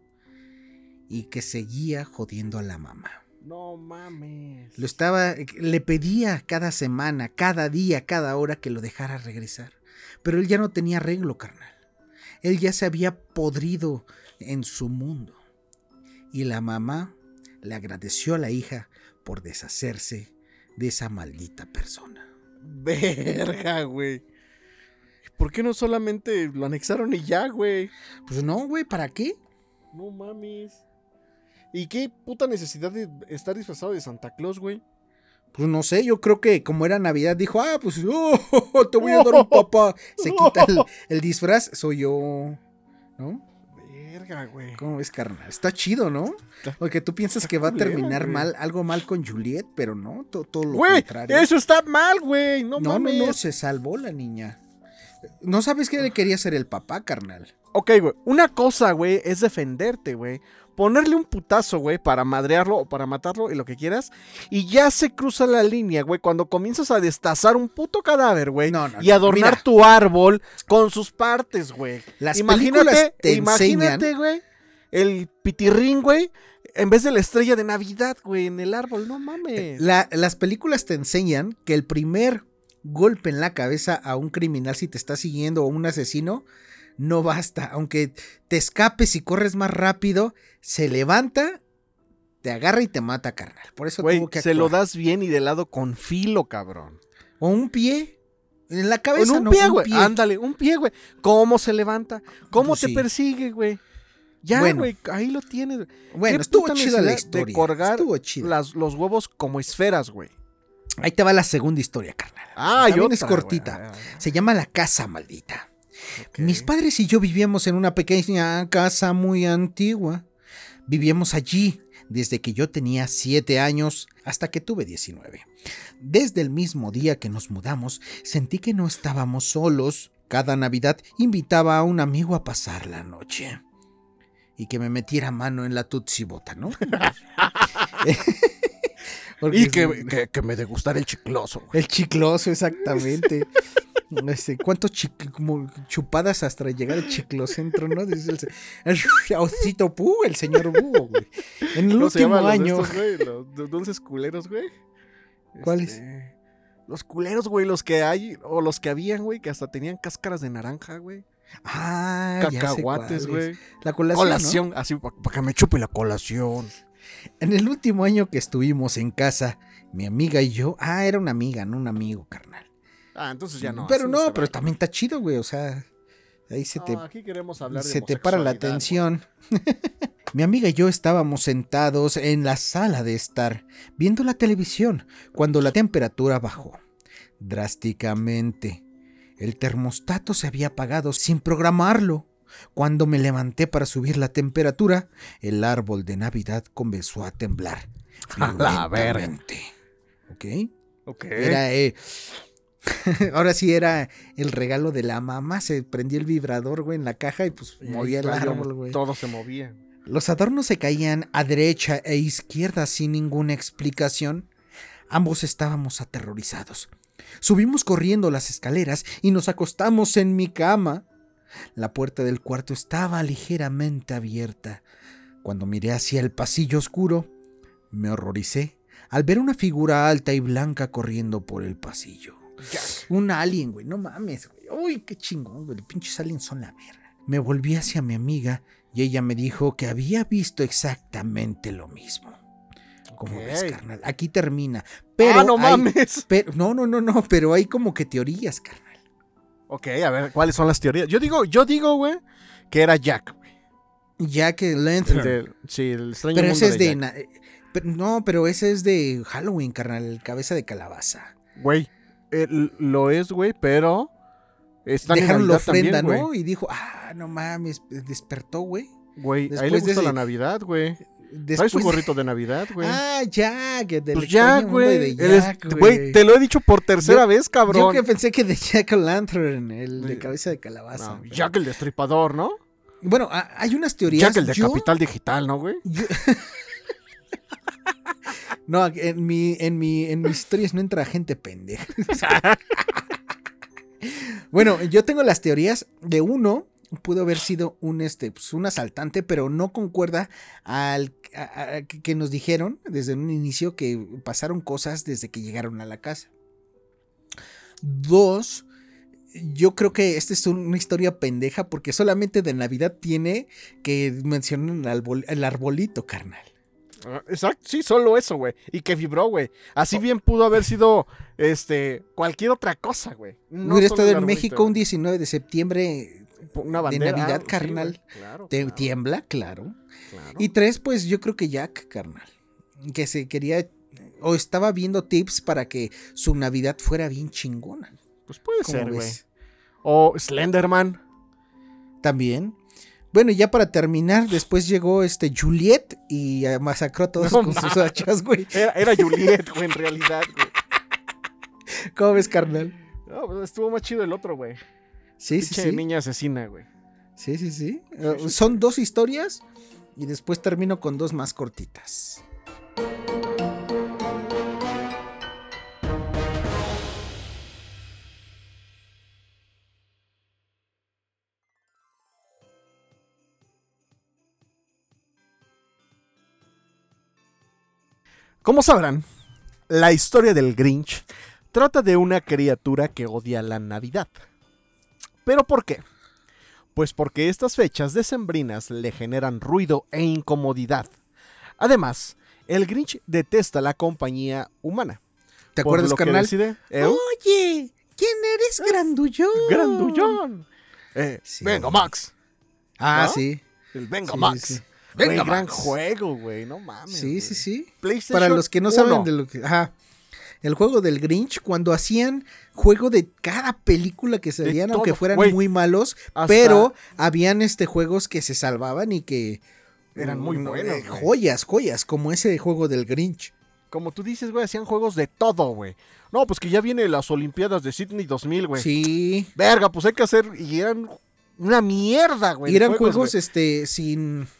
y que seguía jodiendo a la mamá. No mames. Lo estaba, le pedía cada semana, cada día, cada hora que lo dejara regresar. Pero él ya no tenía arreglo, carnal. Él ya se había podrido en su mundo. Y la mamá le agradeció a la hija por deshacerse de esa maldita persona. Verga, güey. ¿Por qué no solamente lo anexaron y ya, güey? Pues no, güey, ¿para qué? No mames. ¿Y qué puta necesidad de estar disfrazado de Santa Claus, güey? Pues no sé, yo creo que como era Navidad dijo, ah, pues oh, te voy a dar un papá. Se quita el, el disfraz, soy yo, ¿no? Verga, güey. ¿Cómo ves, carnal? Está chido, ¿no? Porque tú piensas Está que va a culero, terminar güey. mal, algo mal con Juliet, pero no, todo, todo lo Güey, contrario. eso está mal, güey. No, No, mames. no, no, se salvó la niña. ¿No sabes qué le quería hacer el papá, carnal? Ok, güey. Una cosa, güey, es defenderte, güey. Ponerle un putazo, güey, para madrearlo o para matarlo y lo que quieras. Y ya se cruza la línea, güey, cuando comienzas a destazar un puto cadáver, güey. No, no, y adornar mira. tu árbol con sus partes, güey. Las Imagínate, películas te imagínate, enseñan- güey, el pitirrín, güey, en vez de la estrella de Navidad, güey, en el árbol. No mames. La- las películas te enseñan que el primer golpe en la cabeza a un criminal, si te está siguiendo, o un asesino, no basta. Aunque te escapes y corres más rápido, se levanta, te agarra y te mata, carnal. Por eso Güey, tuvo que se lo actuar. das bien y de lado con filo, cabrón. O un pie. En la En cabeza, un no, pie, un güey. pie. Ándale, un pie, güey. ¿Cómo se levanta? ¿Cómo Pues te sí. persigue, güey? Ya, Bueno. güey, ahí lo tienes. Bueno, ¿Qué estuvo puta chida la necesidad de historia. colgar Estuvo chida. Las, los huevos como esferas, güey. Ahí te va la segunda historia, carnal. Ah, y También otra, es cortita. güey. Se llama La Casa Maldita. Ok. Mis padres y yo vivíamos en una pequeña casa muy antigua. Vivíamos allí desde que yo tenía siete años hasta que tuve diecinueve. Desde el mismo día que nos mudamos, sentí que no estábamos solos. Cada Navidad invitaba a un amigo a pasar la noche. Y que me metiera mano en la tutsibota, ¿no? Porque Y que, es- que, que me degustara el chicloso, güey. el chicloso, exactamente. Este, ¿cuántos chic- como chupadas hasta llegar al chiclocentro, no? Dice el, el osito Pú, el señor Búho, güey. En el ¿Cómo se último llaman los de año. estos, güey? Los du- dulces culeros, güey. ¿Cuáles? Este, Los culeros, güey, los que hay, o los que habían, güey, que hasta tenían cáscaras de naranja, güey. Ah, ya sé Cacahuates, cuáles. güey. La colación, Colación, así, para que me chupe la colación. ¿no? En el último año que estuvimos en casa, mi amiga y yo. Ah, era una amiga, no un amigo, carnal. Ah, entonces ya no. pero así no, se pero vale. también está chido, güey. O sea, ahí se te No, aquí queremos hablar de se te para la homosexualidad, atención. Mi amiga y yo estábamos sentados en la sala de estar, viendo la televisión, cuando la temperatura bajó drásticamente. El termostato se había apagado sin programarlo. Cuando me levanté para subir la temperatura, el árbol de Navidad comenzó a temblar. A la verga. violentamente. ¿Ok? güey. Ok. Era, eh, ahora sí era el regalo de la mamá. Se prendía el vibrador, güey, en la caja y pues Y ahí movía el valió, árbol, güey. Todo se movía. Los adornos se caían a derecha e izquierda sin ninguna explicación. Ambos estábamos aterrorizados. Subimos corriendo las escaleras y nos acostamos en mi cama. La puerta del cuarto estaba ligeramente abierta. Cuando miré hacia el pasillo oscuro, me horroricé al ver una figura alta y blanca corriendo por el pasillo. Ya. Un alien, güey, no mames, güey. Uy, qué chingón, güey. Los pinches aliens son la verga. Me volví hacia mi amiga y ella me dijo que había visto exactamente lo mismo. Como Ok. ves, carnal, aquí termina. Pero ¡Ah, no hay- mames! pero, no, no, no, no, pero hay como que teorías, carnal. Ok, a ver, ¿cuáles son las teorías? Yo digo, yo digo, güey, que era Jack, güey. Jack El Lantern. de, sí, el extraño Pero mundo ese es de... Jack. na- eh, pero- no, pero ese es de Halloween, carnal, el cabeza de calabaza. Güey, el- lo es, güey, pero está en Dejaron la Navidad ofrenda, también, ¿no? güey. Y dijo, ah, no mames, despertó, güey. Güey, a él le Después de gusta la ese- Navidad, güey. Trae Después su de- gorrito de Navidad, güey. Ah, Jack, del Pues extraño ya, mundo güey. de Él es- Jack, Güey, te lo he dicho por tercera Yo- vez, cabrón. Yo que pensé que de Jack Lantern, el de cabeza de calabaza. No, pero- Jack el Destripador, ¿no? Bueno, a- hay unas teorías. Jack el de yo- Capital Digital, ¿no, güey? yo- No, en mi, en mi, en mis historias no entra gente pendeja. Bueno, yo tengo las teorías de uno. Pudo haber sido un, este, pues, un asaltante, pero no concuerda al a- a- que nos dijeron desde un inicio que pasaron cosas desde que llegaron a la casa. Dos, yo creo que esta es una historia pendeja porque solamente de Navidad tiene que mencionar el, arbol- el arbolito, carnal. Ah, Exacto, sí, solo eso, güey. Y que vibró, güey. Así bien pudo haber sido, este, cualquier otra cosa, güey. No Hubiera solo estado el en arbolito, México un güey. diecinueve de septiembre. Una de bandera. Navidad, ah, sí, carnal. güey, claro, Te claro, tiembla, claro. claro. Y tres, pues yo creo que Jack, carnal. Que se quería o estaba viendo tips para que su Navidad fuera bien chingona. Pues puede ¿Cómo ser, güey. ves? O Slenderman. También. Bueno, ya para terminar, después llegó este Juliet y eh, masacró a todos No con sus mames. hachas, güey. Era, era Juliet, güey, en realidad, güey. ¿Cómo ves, carnal? No, pues estuvo más chido el otro, güey. Sí, sí, Pinche sí. niña asesina, güey. Sí, sí, sí. Uh, son dos historias y después termino con dos más cortitas. Como sabrán, la historia del Grinch trata de una criatura que odia la Navidad. ¿Pero por qué? Pues porque estas fechas decembrinas le generan ruido e incomodidad. Además, el Grinch detesta la compañía humana. ¿Te por acuerdas, lo que carnal? decide, ¿eu? Oye, ¿quién eres, grandullón? ¡Grandullón! Eh, Sí. Venga, Max. Ah, ¿No? sí. El Venga, Sí, Max. sí, sí. Güey, Venga, gran Max. juego, güey. No mames. Sí, güey. sí, sí. PlayStation Para los que no uno. saben de lo que... Ajá. El juego del Grinch, cuando hacían juego de cada película que salían, todo, aunque fueran güey. muy malos, Hasta- pero habían este juegos que se salvaban y que... Eran muy no, buenos, eh, güey. joyas, joyas, como ese juego del Grinch. Como tú dices, güey, hacían juegos de todo, güey. No, pues que ya vienen las Olimpiadas de Sydney dos mil, güey. Sí. Verga, pues hay que hacer... Y eran una mierda, güey. Y de eran juegos, güey. este, sin...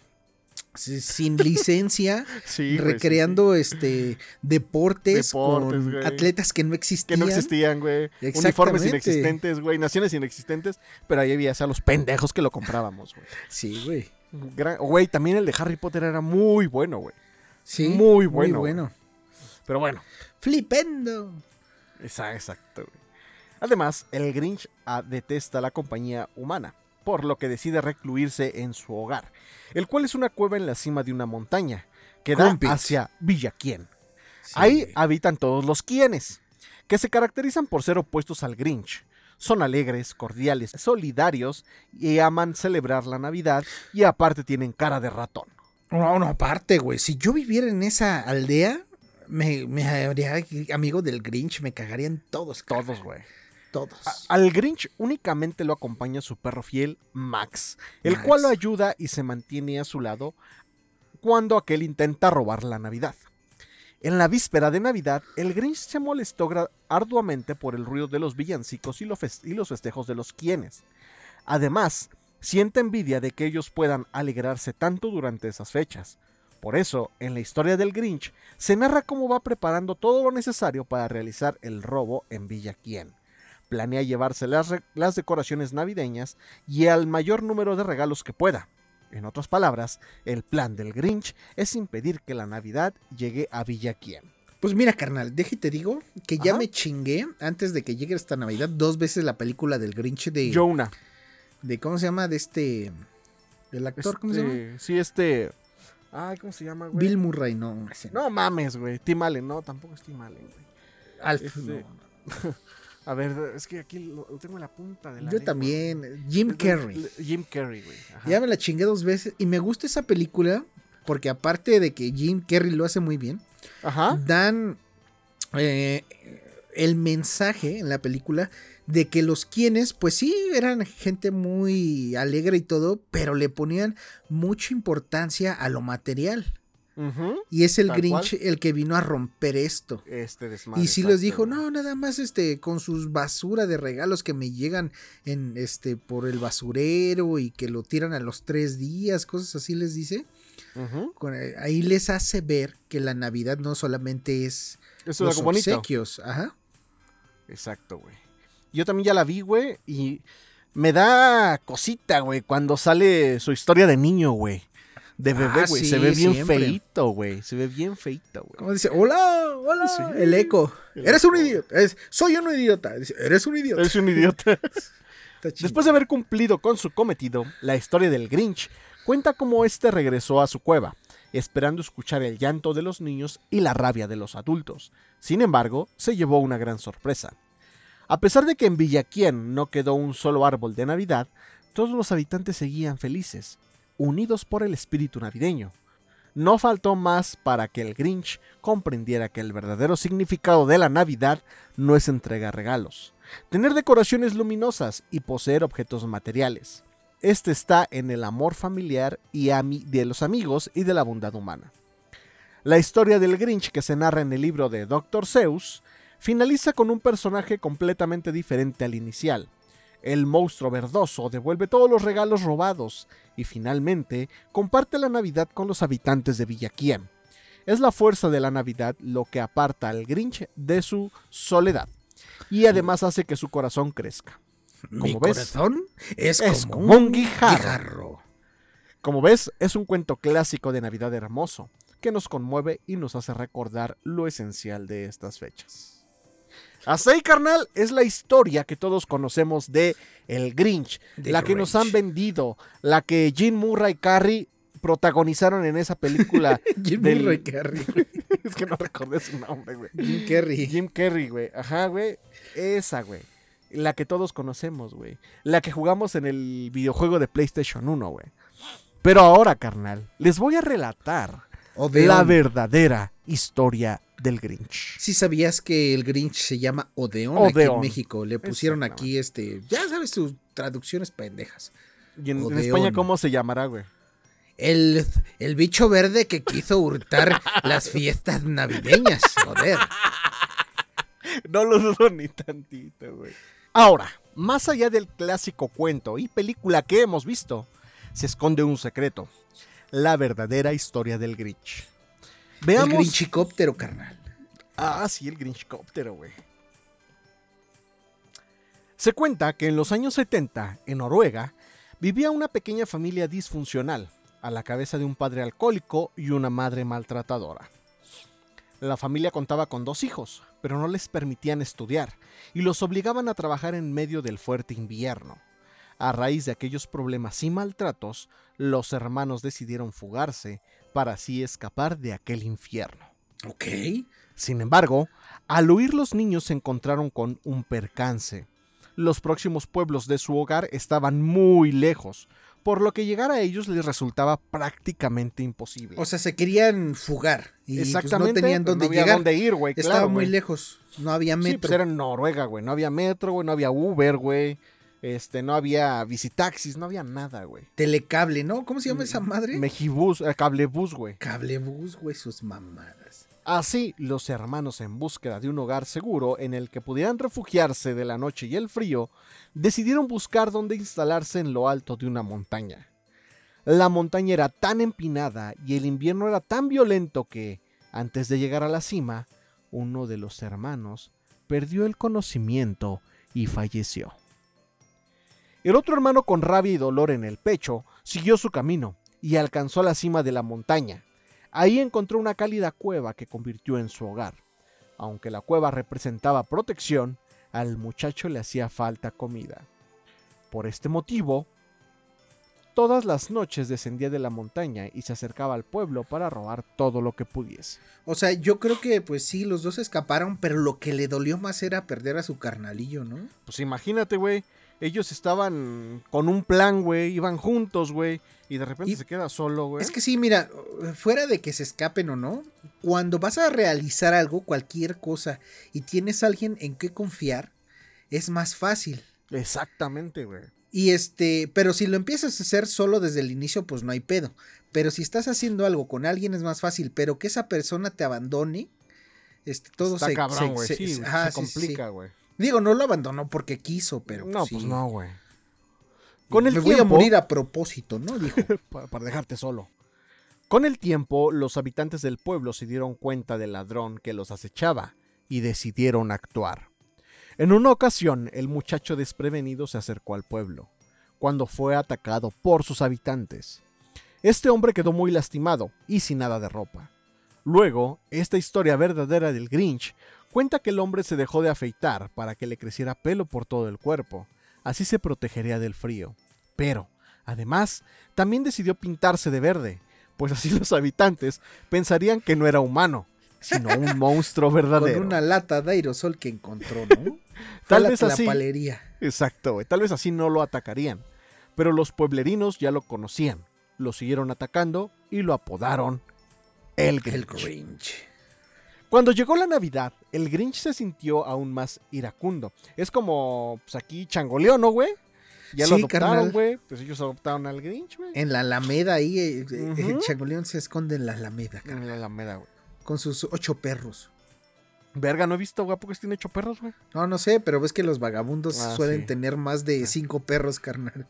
si- sin licencia, Sí, güey, recreando este deportes, Deportes, con güey. atletas que no Que existían. no existían, güey. Exactamente. Uniformes inexistentes, güey. Naciones inexistentes. Pero ahí había, o sea, los pendejos que lo comprábamos, güey. Sí, güey. Gran- Güey, también el de Harry Potter era muy bueno, güey. Sí. Muy bueno, Muy bueno. Pero bueno. Flipendo. Esa- Exacto, güey. Además, el Grinch ah, detesta la compañía humana, por lo que decide recluirse en su hogar, el cual es una cueva en la cima de una montaña, que da Crumpit. hacia Villaquién. Sí. Ahí habitan todos los quienes, que se caracterizan por ser opuestos al Grinch. Son alegres, cordiales, solidarios y aman celebrar la Navidad y aparte tienen cara de ratón. No, no, aparte, güey. Si yo viviera en esa aldea, me, me haría amigo del Grinch. Me cagarían todos. carnal. Todos, güey. Todos. A- Al Grinch únicamente lo acompaña su perro fiel, Max, el Max. cual lo ayuda y se mantiene a su lado cuando aquel intenta robar la Navidad. En la víspera de Navidad, el Grinch se molestó gra- arduamente por el ruido de los villancicos y, lo fes- y los festejos de los quienes. Además, siente envidia de que ellos puedan alegrarse tanto durante esas fechas. Por eso, en la historia del Grinch, se narra cómo va preparando todo lo necesario para realizar el robo en Villa Quien. Planea llevarse las, re- las decoraciones navideñas y al mayor número de regalos que pueda. En otras palabras, el plan del Grinch es impedir que la Navidad llegue a Villa Quien. Pues mira, carnal, déjate digo que ya Ajá. me chingué antes de que llegue esta Navidad dos veces la película del Grinch de... Yo una. de ¿cómo se llama? De este, el actor, Este, ¿cómo se llama? Sí, este... Ay, ¿cómo se llama, güey? Bill Murray, no. Ese no. No mames, güey. Tim Allen, no, tampoco es Tim Allen, güey. Alf, Este, no. A ver, es que aquí lo, lo tengo en la punta de la Yo lengua, también. güey. Jim Es- Carrey. Jim Carrey, güey. Ajá. Ya me la chingué dos veces. Y me gusta esa película porque aparte de que Jim Carrey lo hace muy bien, Ajá. dan eh, el mensaje en la película de que los quienes, pues sí, eran gente muy alegre y todo, pero le ponían mucha importancia a lo material. Ujú. Y es el Tal Grinch cual. el que vino a romper esto. Este desmadre. Y sí les exacto, dijo, güey. no, nada más este, con sus basura de regalos que me llegan en este, por el basurero y que lo tiran a los tres días, cosas así les dice. Ujú. Con- eh, ahí les hace ver que la Navidad no solamente es Eso es los algo bonito. obsequios, ajá. Exacto, güey. Yo también ya la vi, güey, y me da cosita, güey, cuando sale su historia de niño, güey. De bebé, Ah, güey. sí, Se ve bien siempre. feíto, güey. Se ve bien feíto, güey. Como dice, hola, hola, Sí. el eco. El Eres un eco. idiota. Es- soy un idiota. Dice, eres un idiota. Es un idiota. Está chido. Después de haber cumplido con su cometido, la historia del Grinch cuenta cómo éste regresó a su cueva, esperando escuchar el llanto de los niños y la rabia de los adultos. Sin embargo, se llevó una gran sorpresa. A pesar de que en Villaquién no quedó un solo árbol de Navidad, todos los habitantes seguían felices, unidos por el espíritu navideño. No faltó más para que el Grinch comprendiera que el verdadero significado de la Navidad no es entregar regalos, tener decoraciones luminosas y poseer objetos materiales. Este está en el amor familiar y ami- de los amigos y de la bondad humana. La historia del Grinch que se narra en el libro de doctor Seuss finaliza con un personaje completamente diferente al inicial. El monstruo verdoso devuelve todos los regalos robados y finalmente comparte la Navidad con los habitantes de Villaquién. Es la fuerza de la Navidad lo que aparta al Grinch de su soledad y además hace que su corazón crezca. Mi como ves, corazón es, es como, como un un guijarro. guijarro. Como ves, es un cuento clásico de Navidad hermoso que nos conmueve y nos hace recordar lo esencial de estas fechas. Así, carnal, es la historia que todos conocemos de El Grinch, The la que nos Grinch. han vendido, la que Jim Murray y Carrey protagonizaron en esa película. Jim del- Murray Carrey. Es que no recordé su nombre, güey. Jim Carrey. Jim Carrey, güey. Ajá, güey. Esa, güey. La que todos conocemos, güey. La que jugamos en el videojuego de PlayStation uno, güey. Pero ahora, carnal, les voy a relatar Odeón. la verdadera historia del Grinch. Sí sabías que el Grinch se llama Odeón, aquí Odeón. en México. Le pusieron Exactamente. aquí este, ya sabes sus traducciones pendejas. ¿Y en, en Odeón. España cómo se llamará, güey? El, el bicho verde que quiso hurtar las fiestas navideñas, joder. No lo dudo ni tantito, güey. Ahora, más allá del clásico cuento y película que hemos visto, se esconde un secreto. La verdadera historia del Grinch. Veamos. El Grinchicóptero, carnal. Ah, sí, el Grinchcóptero, güey. Se cuenta que en los años setenta, en Noruega, vivía una pequeña familia disfuncional, a la cabeza de un padre alcohólico y una madre maltratadora. La familia contaba con dos hijos, pero no les permitían estudiar y los obligaban a trabajar en medio del fuerte invierno. A raíz de aquellos problemas y maltratos, los hermanos decidieron fugarse para así escapar de aquel infierno. Ok. Sin embargo, al huir los niños se encontraron con un percance. Los próximos pueblos de su hogar estaban muy lejos, por lo que llegar a ellos les resultaba prácticamente imposible. O sea, se querían fugar y pues, Exactamente, no tenían pero dónde no había llegar. dónde ir, güey. Estaba claro, muy güey. lejos, no había metro. Sí, pues era en Noruega, güey. No había metro, güey. No había Uber, güey. Este, no había visitaxis, no había nada, güey. Telecable, ¿no? ¿Cómo se llama esa madre? Mejibus, eh, cablebus, güey. Cablebus, güey, sus mamadas. Así, los hermanos, en búsqueda de un hogar seguro en el que pudieran refugiarse de la noche y el frío, decidieron buscar dónde instalarse en lo alto de una montaña. La montaña era tan empinada y el invierno era tan violento que, antes de llegar a la cima, uno de los hermanos perdió el conocimiento y falleció. El otro hermano, con rabia y dolor en el pecho, siguió su camino y alcanzó la cima de la montaña. Ahí encontró una cálida cueva que convirtió en su hogar. Aunque la cueva representaba protección, al muchacho le hacía falta comida. Por este motivo, todas las noches descendía de la montaña y se acercaba al pueblo para robar todo lo que pudiese. O sea, yo creo que pues sí, los dos escaparon, pero lo que le dolió más era perder a su carnalillo, ¿no? Pues imagínate, güey. Ellos estaban con un plan, güey. Iban juntos, güey. Y de repente Y se queda solo, güey. es que sí, mira, fuera de que se escapen o no, cuando vas a realizar algo, cualquier cosa, y tienes a alguien en que confiar, es más fácil. Exactamente, güey. Y este, pero si lo empiezas a hacer solo desde el inicio, pues no hay pedo. Pero si estás haciendo algo con alguien es más fácil, pero que esa persona te abandone, este, todo Está se, cabrón, se, güey. se, Sí, se- güey, ajá, se sí, complica, güey. sí. Digo, no lo abandonó porque quiso, pero No, sí. pues no, güey. Con el Me tiempo, voy a morir a propósito, ¿no? Dijo. para, para dejarte solo. Con el tiempo, los habitantes del pueblo se dieron cuenta del ladrón que los acechaba y decidieron actuar. En una ocasión, el muchacho desprevenido se acercó al pueblo, cuando fue atacado por sus habitantes. Este hombre quedó muy lastimado y sin nada de ropa. Luego, esta historia verdadera del Grinch cuenta que el hombre se dejó de afeitar para que le creciera pelo por todo el cuerpo, así se protegería del frío. Pero, además, también decidió pintarse de verde, pues así los habitantes pensarían que no era humano, sino un monstruo verdadero. Con una lata de aerosol que encontró, ¿no? Tal la vez así. tlapalería. Exacto, güey. Tal vez así no lo atacarían. Pero los pueblerinos ya lo conocían, lo siguieron atacando y lo apodaron el Grinch. El Grinch. Cuando llegó la Navidad, el Grinch se sintió aún más iracundo. Es como, pues aquí changoleó, ¿no, güey? Ya Sí, lo adoptaron, carnal. güey. Pues ellos adoptaron al Grinch, güey. En la Alameda ahí, eh, eh, Ujú. el Changoleón se esconde en la Alameda, En carnal, la Alameda, güey. con sus ocho perros. Verga, no he visto, güey, ¿a poco tiene ocho perros, güey? No, no sé, pero ves que los vagabundos Ah, suelen sí. tener más de cinco perros, carnal.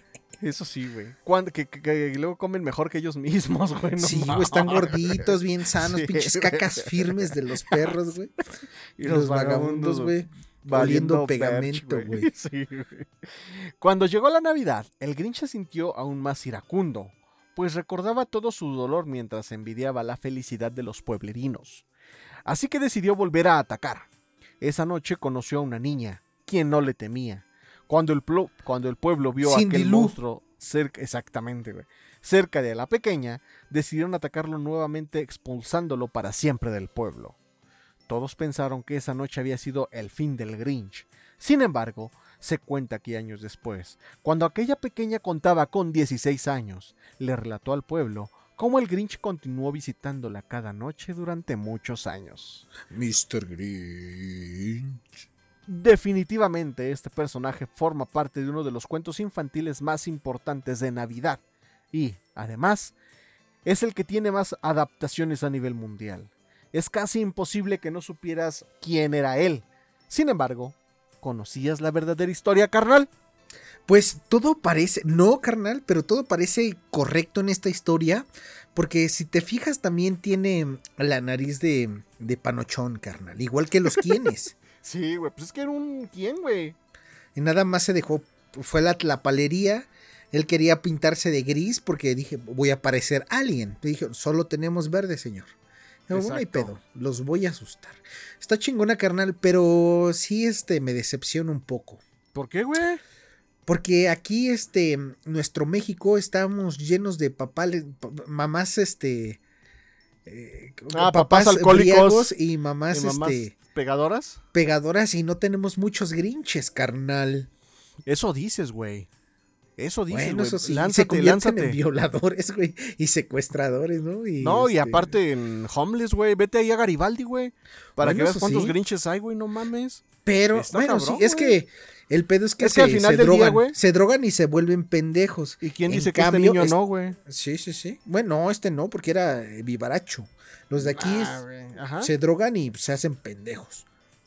Eso sí, güey. Cuando- Que, que- que luego comen mejor que ellos mismos, güey. No sí, güey, mames. están gorditos, bien sanos, Sí, pinches güey. cacas firmes de los perros, güey. Y Y los vagabundos, güey, oliendo valiendo pegamento, perch, güey. Sí, güey. Cuando llegó la Navidad, el Grinch se sintió aún más iracundo, pues recordaba todo su dolor mientras envidiaba la felicidad de los pueblerinos. Así que decidió volver a atacar. Esa noche conoció a una niña, quien no le temía. Cuando el, plo- cuando el pueblo vio a Cindy aquel Lou. monstruo cerca, exactamente, güey, cerca de la pequeña, decidieron atacarlo nuevamente expulsándolo para siempre del pueblo. Todos pensaron que esa noche había sido el fin del Grinch. Sin embargo, se cuenta que años después, cuando aquella pequeña contaba con dieciséis años, le relató al pueblo cómo el Grinch continuó visitándola cada noche durante muchos años. mister Grinch. Definitivamente este personaje forma parte de uno de los cuentos infantiles más importantes de Navidad y, además, es el que tiene más adaptaciones a nivel mundial. Es casi imposible que no supieras quién era él. Sin embargo, ¿conocías la verdadera historia, carnal? Pues todo parece, no carnal, pero todo parece correcto en esta historia, porque si te fijas también tiene la nariz de, de panochón, carnal, igual que los quienes. Sí, güey, pues es que era un... ¿Quién, güey? Y nada más se dejó, fue la tlapalería, él quería pintarse de gris porque dije, voy a parecer alien. Le dije, solo tenemos verde, señor. No, no hay Exacto. pedo, los voy a asustar. Está chingona, carnal, pero sí este, me decepciona un poco. ¿Por qué, güey? Porque aquí, este, nuestro México, estamos llenos de papales, pa- mamás, este... eh, Ah, papás alcohólicos briagos y mamás, ¿Y mamás este, pegadoras? pegadoras y no tenemos muchos grinches, carnal. Eso dices, güey. Eso dices, Bueno, güey. eso sí, se Lánzate, convierten lánzate. en violadores, güey, y secuestradores, ¿no? Y, No, y este, aparte en Homeless, güey. Vete ahí a Garibaldi, güey. Para Bueno, que veas eso cuántos sí. Grinches hay, güey. No mames. Pero, Está bueno, cabrón, sí, es güey. que el pedo es que, Es se, que al final se del día, drogan, güey. se drogan y se vuelven pendejos. ¿Y quién En dice que cambio, este niño es- no, güey? Sí, sí, sí. Bueno, no, este no, porque era eh, vivaracho. Los de aquí es- Ah, güey. Ajá. se drogan y se hacen pendejos.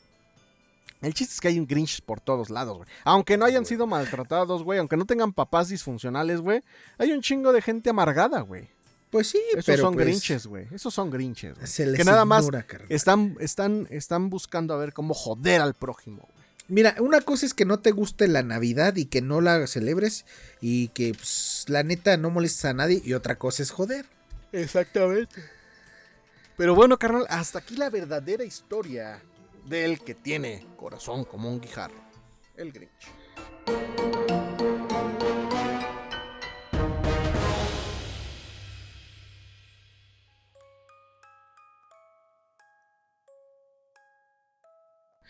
El chiste es que hay un Grinch por todos lados, güey. Aunque no hayan sido maltratados, güey. Aunque no tengan papás disfuncionales, güey. Hay un chingo de gente amargada, güey. Pues sí, Esos pero son pues, Grinches, güey. Esos son Grinches, güey. se les Que nada más ignora, carnal. están, están, están buscando a ver cómo joder al prójimo, güey. Mira, una cosa es que no te guste la Navidad y que no la celebres y que pues, la neta no molestes a nadie y otra cosa es joder. Exactamente. Pero bueno, carnal, hasta aquí la verdadera historia del que tiene corazón como un guijarro. El Grinch.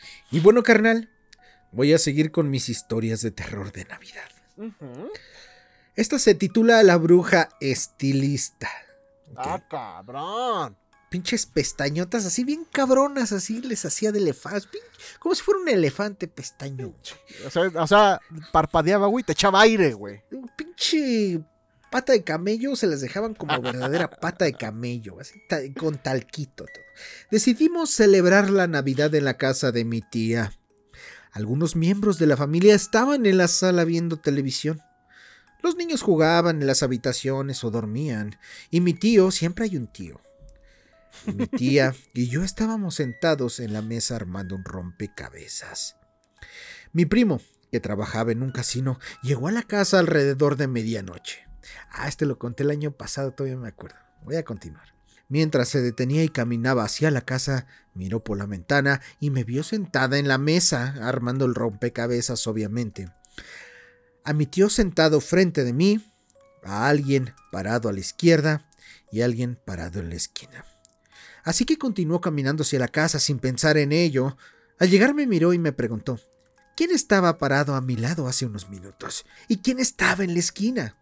Y bueno, carnal, voy a seguir con mis historias de terror de Navidad. Uh-huh. Esta se titula La bruja estilista. Okay. ¡Ah, cabrón! Pinches pestañotas así bien cabronas, así les hacía de elefante. Como si fuera un elefante pestaño. O sea, o sea, parpadeaba, güey, te echaba aire, güey. Un pinche pata de camello se las dejaban como verdadera pata de camello, así ta- con talquito todo. Decidimos celebrar la Navidad en la casa de mi tía. Algunos miembros de la familia estaban en la sala viendo televisión. Los niños jugaban en las habitaciones o dormían. Y mi tío, siempre hay un tío. Y mi tía y yo estábamos sentados en la mesa armando un rompecabezas. Mi primo, que trabajaba en un casino, llegó a la casa alrededor de medianoche. Ah, este lo conté el año pasado, todavía me acuerdo. Voy a continuar. Mientras se detenía y caminaba hacia la casa, miró por la ventana y me vio sentada en la mesa, armando el rompecabezas, obviamente. A mi tío sentado frente de mí, a alguien parado a la izquierda y a alguien parado en la esquina. Así que continuó caminando hacia la casa sin pensar en ello. Al llegar me miró y me preguntó, ¿quién estaba parado a mi lado hace unos minutos? ¿Y quién estaba en la esquina?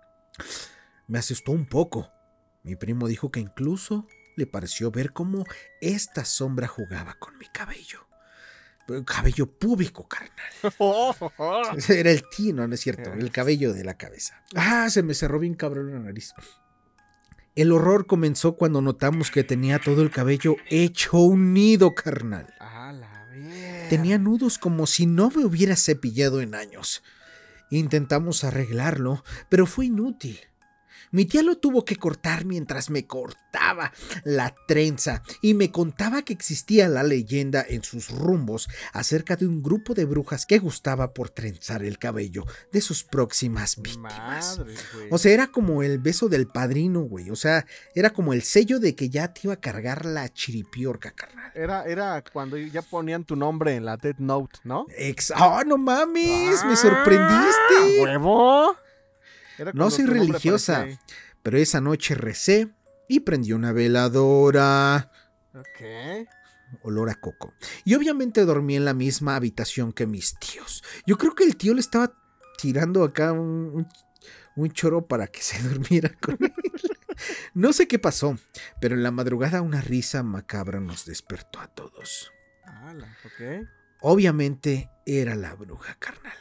Me asustó un poco. Mi primo dijo que incluso le pareció ver cómo esta sombra jugaba con mi cabello. Cabello púbico, carnal. Era el tino, no es cierto, el cabello de la cabeza. Ah, se me cerró bien cabrón la nariz. El horror comenzó cuando notamos que tenía todo el cabello hecho un nido, carnal. A la verga. Tenía nudos como si no me hubiera cepillado en años. Intentamos arreglarlo, pero fue inútil. Mi tía lo tuvo que cortar mientras me cortaba la trenza y me contaba que existía la leyenda en sus rumbos acerca de un grupo de brujas que gustaba por trenzar el cabello de sus próximas víctimas. Madre, güey. O sea, era como el beso del padrino, güey. O sea, era como el sello de que ya te iba a cargar la chiripiorca, carnal. Era, era cuando ya ponían tu nombre en la Death Note, ¿no? Ex ¡Oh, no mames! Ah, ¡Me sorprendiste! ¡Huevo! Era No soy tu nombre religiosa, aparecía ahí. pero esa noche recé y prendí una veladora. Ok. Olor a coco. Y obviamente dormí en la misma habitación que mis tíos. Yo creo que el tío le estaba tirando acá un, un, un choro para que se durmiera con él. No sé qué pasó, pero en la madrugada una risa macabra nos despertó a todos. Ala, ok. Obviamente era la bruja, carnal.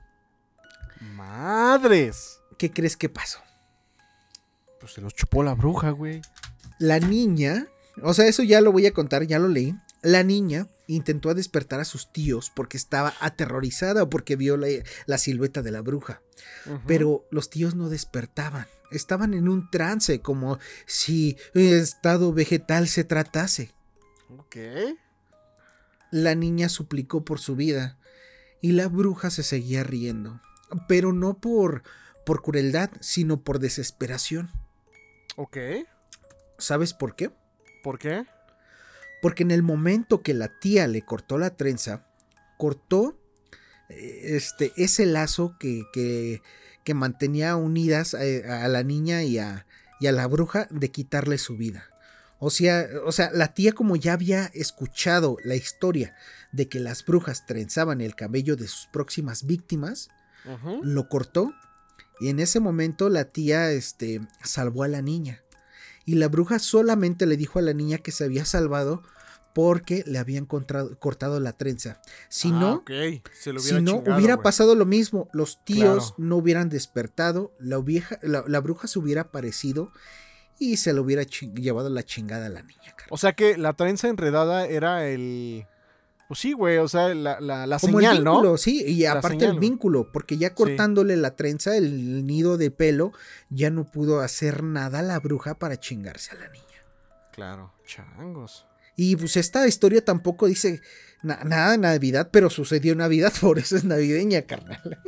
¡Madres! ¿Qué crees que pasó? Pues se los chupó la bruja, güey. La niña, o sea, eso ya lo voy a contar, ya lo leí. La niña intentó despertar a sus tíos porque estaba aterrorizada o porque vio la, la silueta de la bruja. Uh-huh. Pero los tíos no despertaban. Estaban en un trance, como si el estado vegetal se tratase. Ok. La niña suplicó por su vida y la bruja se seguía riendo. Pero no por, por crueldad, sino por desesperación. Ok. ¿Sabes por qué? ¿Por qué? Porque en el momento que la tía le cortó la trenza, cortó este, ese lazo que, que, que mantenía unidas a, a la niña y a, y a la bruja de quitarle su vida. O sea, o sea, la tía, como ya había escuchado la historia de que las brujas trenzaban el cabello de sus próximas víctimas, uh-huh. lo cortó y en ese momento la tía este, salvó a la niña. Y la bruja solamente le dijo a la niña que se había salvado porque le habían cortado la trenza. Si ah, no, okay. se lo hubiera, si no chingado, hubiera wey. pasado lo mismo. Los tíos claro. no hubieran despertado, la, vieja, la, la bruja se hubiera aparecido y se lo hubiera ching- llevado la chingada a la niña. Cara. O sea que la trenza enredada era el... Pues sí, güey, o sea, la, la, la Como señal, el vínculo, ¿no? sí, y la aparte señal, el vínculo, porque ya cortándole sí. la trenza, el nido de pelo, ya no pudo hacer nada la bruja para chingarse a la niña. Claro, changos. Y pues esta historia tampoco dice na- nada de Navidad, pero sucedió en Navidad, por eso es navideña, carnal.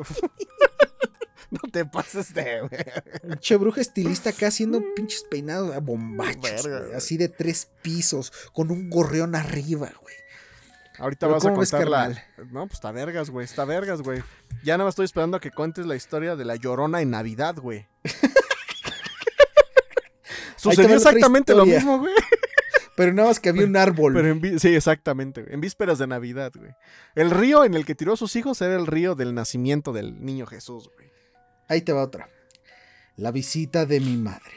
No te pases de, güey. Che, bruja estilista acá haciendo pinches peinados a bombachos, Verga, güey, así de tres pisos, con un gorrión arriba, güey. Ahorita Pero vas a ¿cómo ves, contar la... carnal? No, pues está vergas, güey, está vergas, güey. Ya nada más estoy esperando a que cuentes la historia de la Llorona en Navidad, güey. Sucedió exactamente lo mismo, güey. Pero nada más que había un árbol. Pero en vi- sí, exactamente, güey. En vísperas de Navidad, güey. El río en el que tiró a sus hijos era el río del nacimiento del niño Jesús, güey. Ahí te va otra. La visita de mi madre.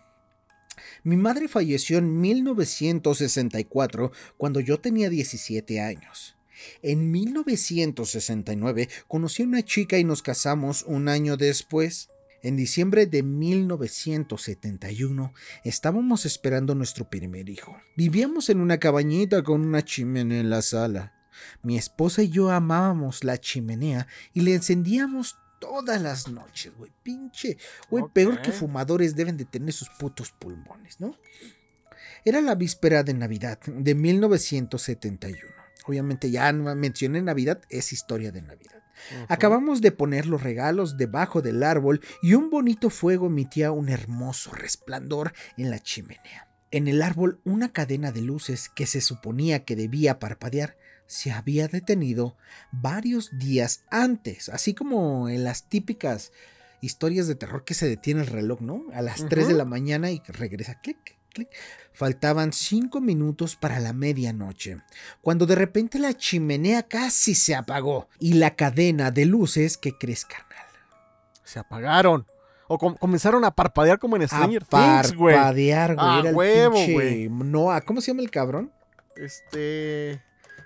Mi madre falleció en mil novecientos sesenta y cuatro cuando yo tenía diecisiete años. En mil novecientos sesenta y nueve conocí a una chica y nos casamos un año después. En diciembre de mil novecientos setenta y uno estábamos esperando nuestro primer hijo. Vivíamos en una cabañita con una chimenea en la sala. Mi esposa y yo amábamos la chimenea y le encendíamos todas las noches, güey. Pinche, güey, Ok. peor que fumadores deben de tener sus putos pulmones, ¿no? Era la víspera de Navidad de mil novecientos setenta y uno. Obviamente ya no mencioné Navidad, es historia de Navidad. Ujú. Acabamos de poner los regalos debajo del árbol y un bonito fuego emitía un hermoso resplandor en la chimenea. En el árbol, una cadena de luces que se suponía que debía parpadear se había detenido varios días antes, así como en las típicas historias de terror que se detiene el reloj, ¿no? A las Ujú. tres de la mañana y regresa, clic, clic. Faltaban cinco minutos para la medianoche, cuando de repente la chimenea casi se apagó y la cadena de luces, ¿qué crees, carnal? Se apagaron. O com- comenzaron a parpadear como en Stranger A Things, güey. parpadear, güey. Ah, Era el huevo, pinche güey. Noah, ¿cómo se llama el cabrón? Este...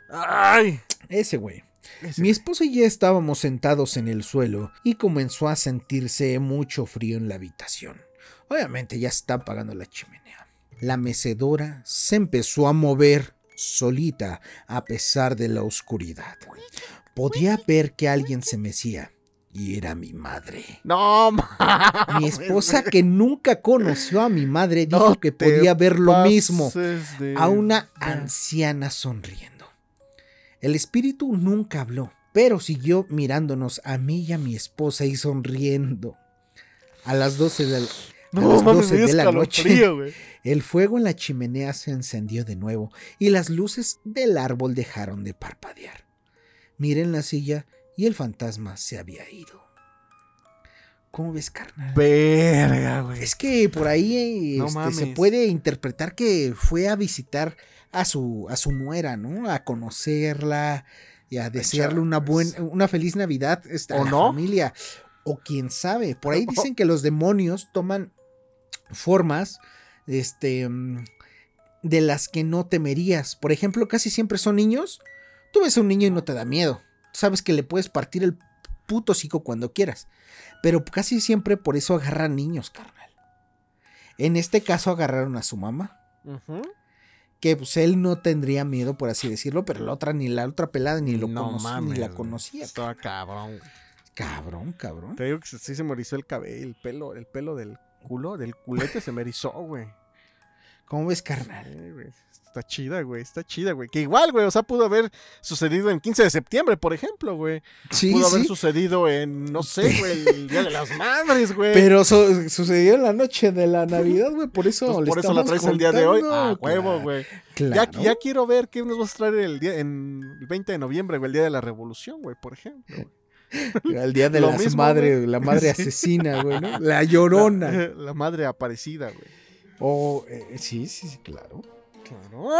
Ay. Ese güey. Ese Mi güey. esposa y yo estábamos sentados en el suelo y comenzó a sentirse mucho frío en la habitación. Obviamente ya se está apagando la chimenea. La mecedora se empezó a mover solita a pesar de la oscuridad. Podía ver que alguien se mecía y era mi madre. No, mames, Mi esposa, güey. que nunca conoció a mi madre, dijo No que te podía ver lo mismo pases de a una ver- anciana sonriendo. El espíritu nunca habló, pero siguió mirándonos a mí y a mi esposa y sonriendo. A las doce de la, a No, las mames, doce me dio de la noche, escalofrío, güey. el fuego en la chimenea se encendió de nuevo y las luces del árbol dejaron de parpadear. Miré en la silla y el fantasma se había ido. ¿Cómo ves, carnal? Verga, güey. Es que por ahí No este, mames. se puede interpretar que fue a visitar a su, a su nuera, ¿no? A conocerla y a desearle una, buen, una feliz Navidad este, a ¿O la no? familia. O quién sabe. Por ahí dicen que los demonios toman formas este, mm, de las que no temerías. Por ejemplo, casi siempre son niños. Tú ves a un niño y no te da miedo. Sabes que le puedes partir el puto hocico cuando quieras. Pero casi siempre por eso agarran niños, carnal. En este caso agarraron a su mamá. Ujú. Que pues él no tendría miedo, por así decirlo, pero la otra, ni la otra pelada, ni lo No conocía, mames, ni la güey. conocía. Estaba cabrón, güey. Cabrón, cabrón. Te digo que sí se me erizó el cabello, el pelo, el pelo del culo, del culete se me erizó, güey. ¿Cómo ves, carnal? Eh, güey, Está chida, güey, está chida, güey. Que igual, güey, o sea, pudo haber sucedido en quince de septiembre, por ejemplo, güey. Sí, Pudo haber sí. sucedido en, no sé, güey, el Día de las Madres, güey. Pero so- sucedió en la noche de la Navidad, güey. Por eso Entonces, le por eso la estamos traes el día de hoy. contando. Ah, huevo, Claro, güey. Claro. Ya, ya quiero ver qué nos vas a traer el día, en el veinte de noviembre, güey, el Día de la Revolución, güey, por ejemplo. güey. El día de Lo las mismo, madres, güey. la madre Sí. asesina, güey, ¿no? La llorona. La, la madre aparecida, güey. O, eh, sí, sí, sí, claro. Claro.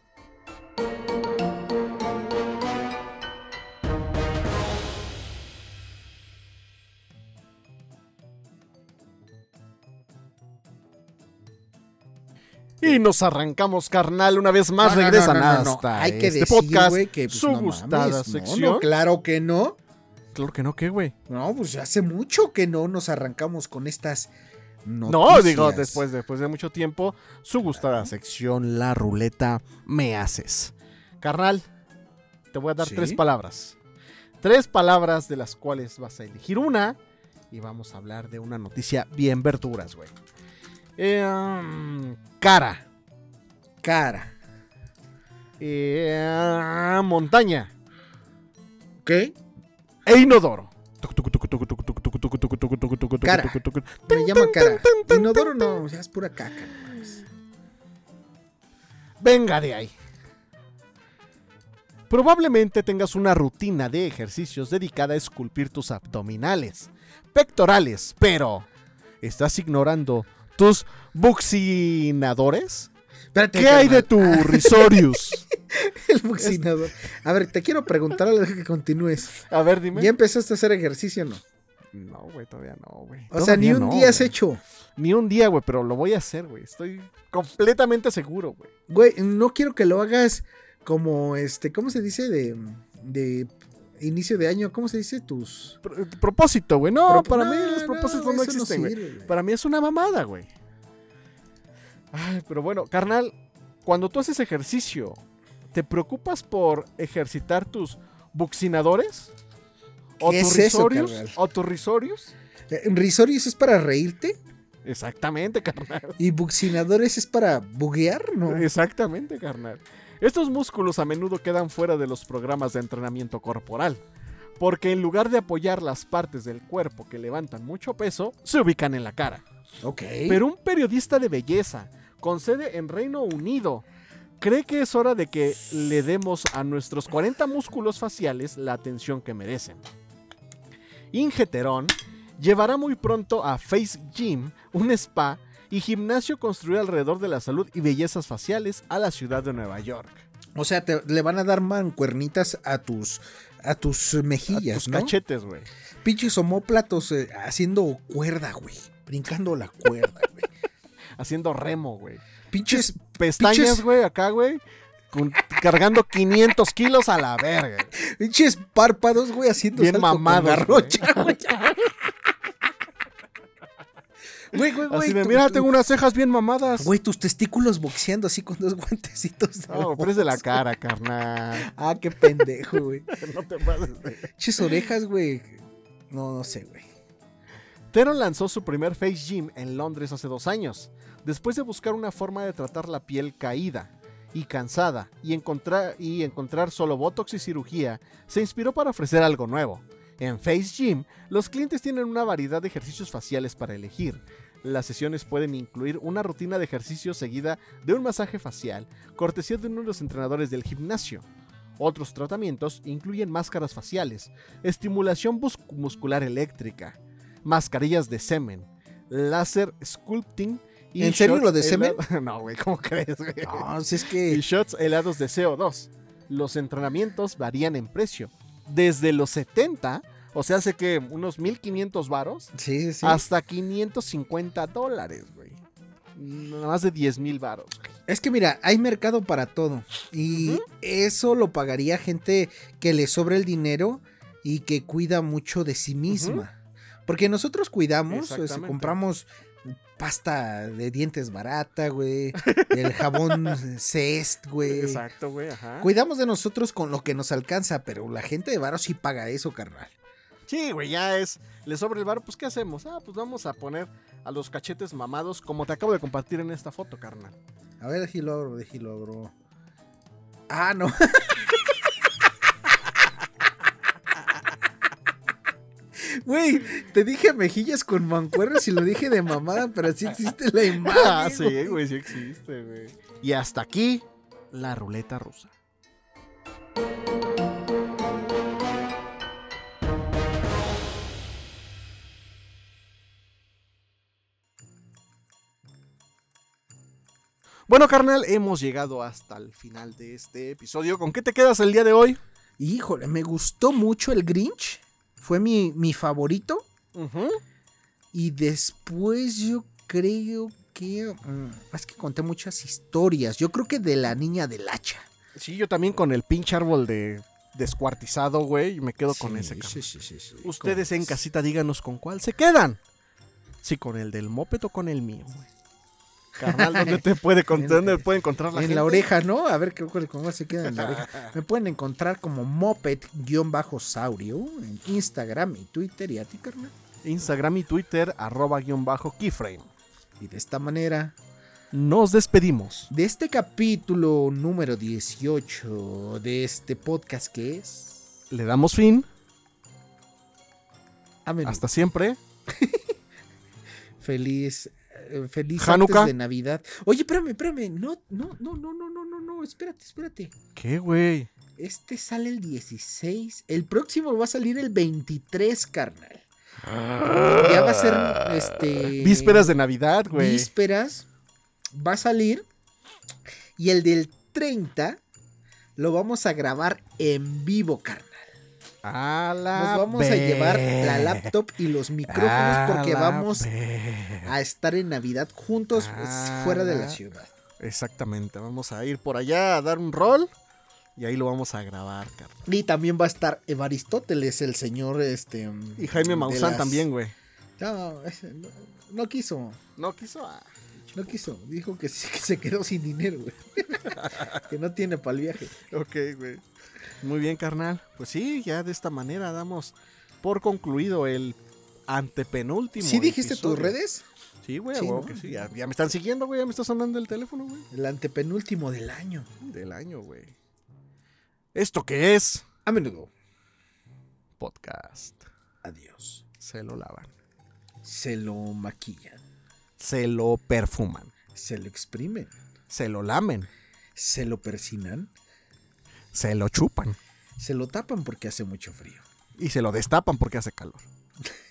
Y nos arrancamos, carnal, una vez más. No, no, no, regresan no, no, no. hasta Hay que este decir, podcast, güey, que, pues, su no gustada mames, no, sección. no, claro que no. Claro que no, ¿qué, güey? No, pues hace mucho que no nos arrancamos con estas No, noticias. digo, después, después de mucho tiempo, su gustada sección, la ruleta me haces. Carnal, te voy a dar ¿Sí? tres palabras. Tres palabras de las cuales vas a elegir una y vamos a hablar de una noticia bien verduras, güey. Eh, um, cara. Cara. Eh, montaña. ¿Qué? E inodoro. Cara. Me llama cara. Inodoro no, ya es pura caca. no mames. Venga de ahí. Probablemente tengas una rutina de ejercicios dedicada a esculpir tus abdominales, pectorales, pero ¿estás ignorando tus buccinadores? Espérate, ¿Qué carnal. hay de tu Risorius? El bucinador. A ver, te quiero preguntar algo que continúes. A ver, dime. ¿Ya empezaste a hacer ejercicio o no? No, güey, todavía no, güey. O sea, ni un no, día has güey. hecho. Ni un día, güey, pero lo voy a hacer, güey. Estoy completamente seguro, güey. Güey, no quiero que lo hagas como este, ¿cómo se dice? De, de inicio de año, ¿cómo se dice? Tus... Pro- propósito, güey. No, Pro- para no, mí los no, propósitos no, eso no existen, güey. sirve, güey. Para mí es una mamada, güey. Ay, pero bueno, carnal, cuando tú haces ejercicio, ¿te preocupas por ejercitar tus bucinadores? ¿O ¿Qué tus es eso, risorius? carnal? ¿O tus risorius? Eh, Risorius es para reírte Exactamente, carnal. y bucinadores es para buguear, ¿no? Exactamente, carnal. Estos músculos a menudo quedan fuera de los programas de entrenamiento corporal, porque en lugar de apoyar las partes del cuerpo que levantan mucho peso, se ubican en la cara. Ok. Pero un periodista de belleza, con sede en Reino Unido, cree que es hora de que le demos a nuestros cuarenta músculos faciales la atención que merecen. Ingeterón llevará muy pronto a Face Gym, un spa y gimnasio construido alrededor de la salud y bellezas faciales a la ciudad de Nueva York. O sea, te, le van a dar mancuernitas a tus a tus mejillas, A tus ¿no? cachetes, güey. Pinches homóplatos eh, haciendo cuerda, güey. Brincando la cuerda, güey. Haciendo remo, güey. Pinches Pestañas, pinches- güey, acá, güey. con- cargando quinientos kilos a la verga. pinches párpados, güey, haciendo Bien salto con mamados, garrocha, güey. Güey, güey, güey. Así de, tu- mira, tu- tengo unas cejas bien mamadas. Güey, tus testículos boxeando así con dos guantecitos. de No, pero es de la box. cara, carnal. Ah, qué pendejo, güey. No te pases, güey. Pinches orejas, güey. No, no sé, güey. Teron lanzó su primer Face Gym en Londres hace dos años, después de buscar una forma de tratar la piel caída y cansada y encontrar, y encontrar solo botox y cirugía, se inspiró para ofrecer algo nuevo. En Face Gym, los clientes tienen una variedad de ejercicios faciales para elegir. Las sesiones pueden incluir una rutina de ejercicio seguida de un masaje facial, cortesía de uno de los entrenadores del gimnasio. Otros tratamientos incluyen máscaras faciales, estimulación bus- muscular eléctrica, mascarillas de semen, láser sculpting y ¿En serio shots lo de semen? helado- No, güey, ¿cómo crees, güey? No, si es Y que. shots helados de C O dos. Los entrenamientos varían en precio. Desde los setenta, o sea, hace que unos mil quinientos varos, Sí, sí, sí. hasta quinientos cincuenta dólares, güey. Más de diez mil varos. Es que mira, hay mercado para todo. Y Ujú. eso lo pagaría gente que le sobra el dinero y que cuida mucho de sí misma. Porque nosotros cuidamos, este, Exactamente. compramos pasta de dientes barata, güey. El jabón Cest, güey. Exacto, güey, ajá. Cuidamos de nosotros con lo que nos alcanza, pero la gente de varo sí paga eso, carnal. Sí, güey, ya es. Le sobra el varo, pues ¿qué hacemos? Ah, pues vamos a poner a los cachetes mamados como te acabo de compartir en esta foto, carnal. A ver, déjalo abro, déjalo abro. Ah, no. Güey, te dije mejillas con mancuernas y lo dije de mamada, pero sí existe la imagen. Ah, sí, güey, sí existe, güey. Y hasta aquí, la ruleta rusa. Bueno, carnal, hemos llegado hasta el final de este episodio. ¿Con qué te quedas el día de hoy? Híjole, me gustó mucho el Grinch. Fue mi, mi favorito. Ujú. Y después yo creo que... mm, es que conté muchas historias. Yo creo que de la niña del hacha. Sí, yo también con el pinche árbol de descuartizado, güey, y me quedo con Sí, ese, carnal. sí, sí, sí, sí. Ustedes en ¿Cómo ves? casita díganos con cuál se quedan. Si con el del moped o con el mío, güey. Carnal, ¿dónde te puede con- En- dónde puede encontrar la En gente? la oreja, ¿no? A ver qué cómo se queda en la oreja. Me pueden encontrar como moped-saurio en Instagram y Twitter. ¿Y a ti, carnal? Instagram y Twitter, arroba guión bajo keyframe. Y de esta manera, Nos despedimos. de este capítulo número dieciocho de este podcast que es... Le damos fin. Amén. Hasta siempre. Feliz... eh, Feliz Hanukkah. antes de Navidad. Oye, espérame, espérame. No, no, no, no, no, no, no, no. Espérate, espérate. ¿Qué, güey? Este sale el dieciséis. El próximo va a salir el veintitrés, carnal. Ya va a ser este. Vísperas de Navidad, güey. Vísperas. Va a salir. Y el del treinta lo vamos a grabar en vivo, carnal. A la Nos vamos ve- a llevar la laptop y los micrófonos a porque la vamos ve- a estar en Navidad juntos pues, A fuera de la- la ciudad. Exactamente, vamos a ir por allá a dar un rol y ahí lo vamos a grabar, carnal. Y también va a estar Evaristóteles, el señor este Y Jaime de Maussan las- también, güey. No, ese no, no quiso, No quiso. ah. no quiso. Dijo que, sí, que se quedó sin dinero, güey. Que no tiene para el viaje. Ok, güey. Muy bien, carnal. Pues sí, ya de esta manera damos por concluido el antepenúltimo. ¿Sí dijiste episodio. tus redes? Sí, güey, a Sí, huevo ¿no? que sí. Ya, ya me están siguiendo, güey. Ya me está sonando el teléfono, güey. El antepenúltimo del año. Del año, güey. ¿Esto qué es? A menudo. Podcast. Adiós. Se lo lavan. Se lo maquillan. Se lo perfuman. Se lo exprimen. Se lo lamen. Se lo persinan. Se lo chupan. Se lo tapan porque hace mucho frío. Y se lo destapan porque hace calor.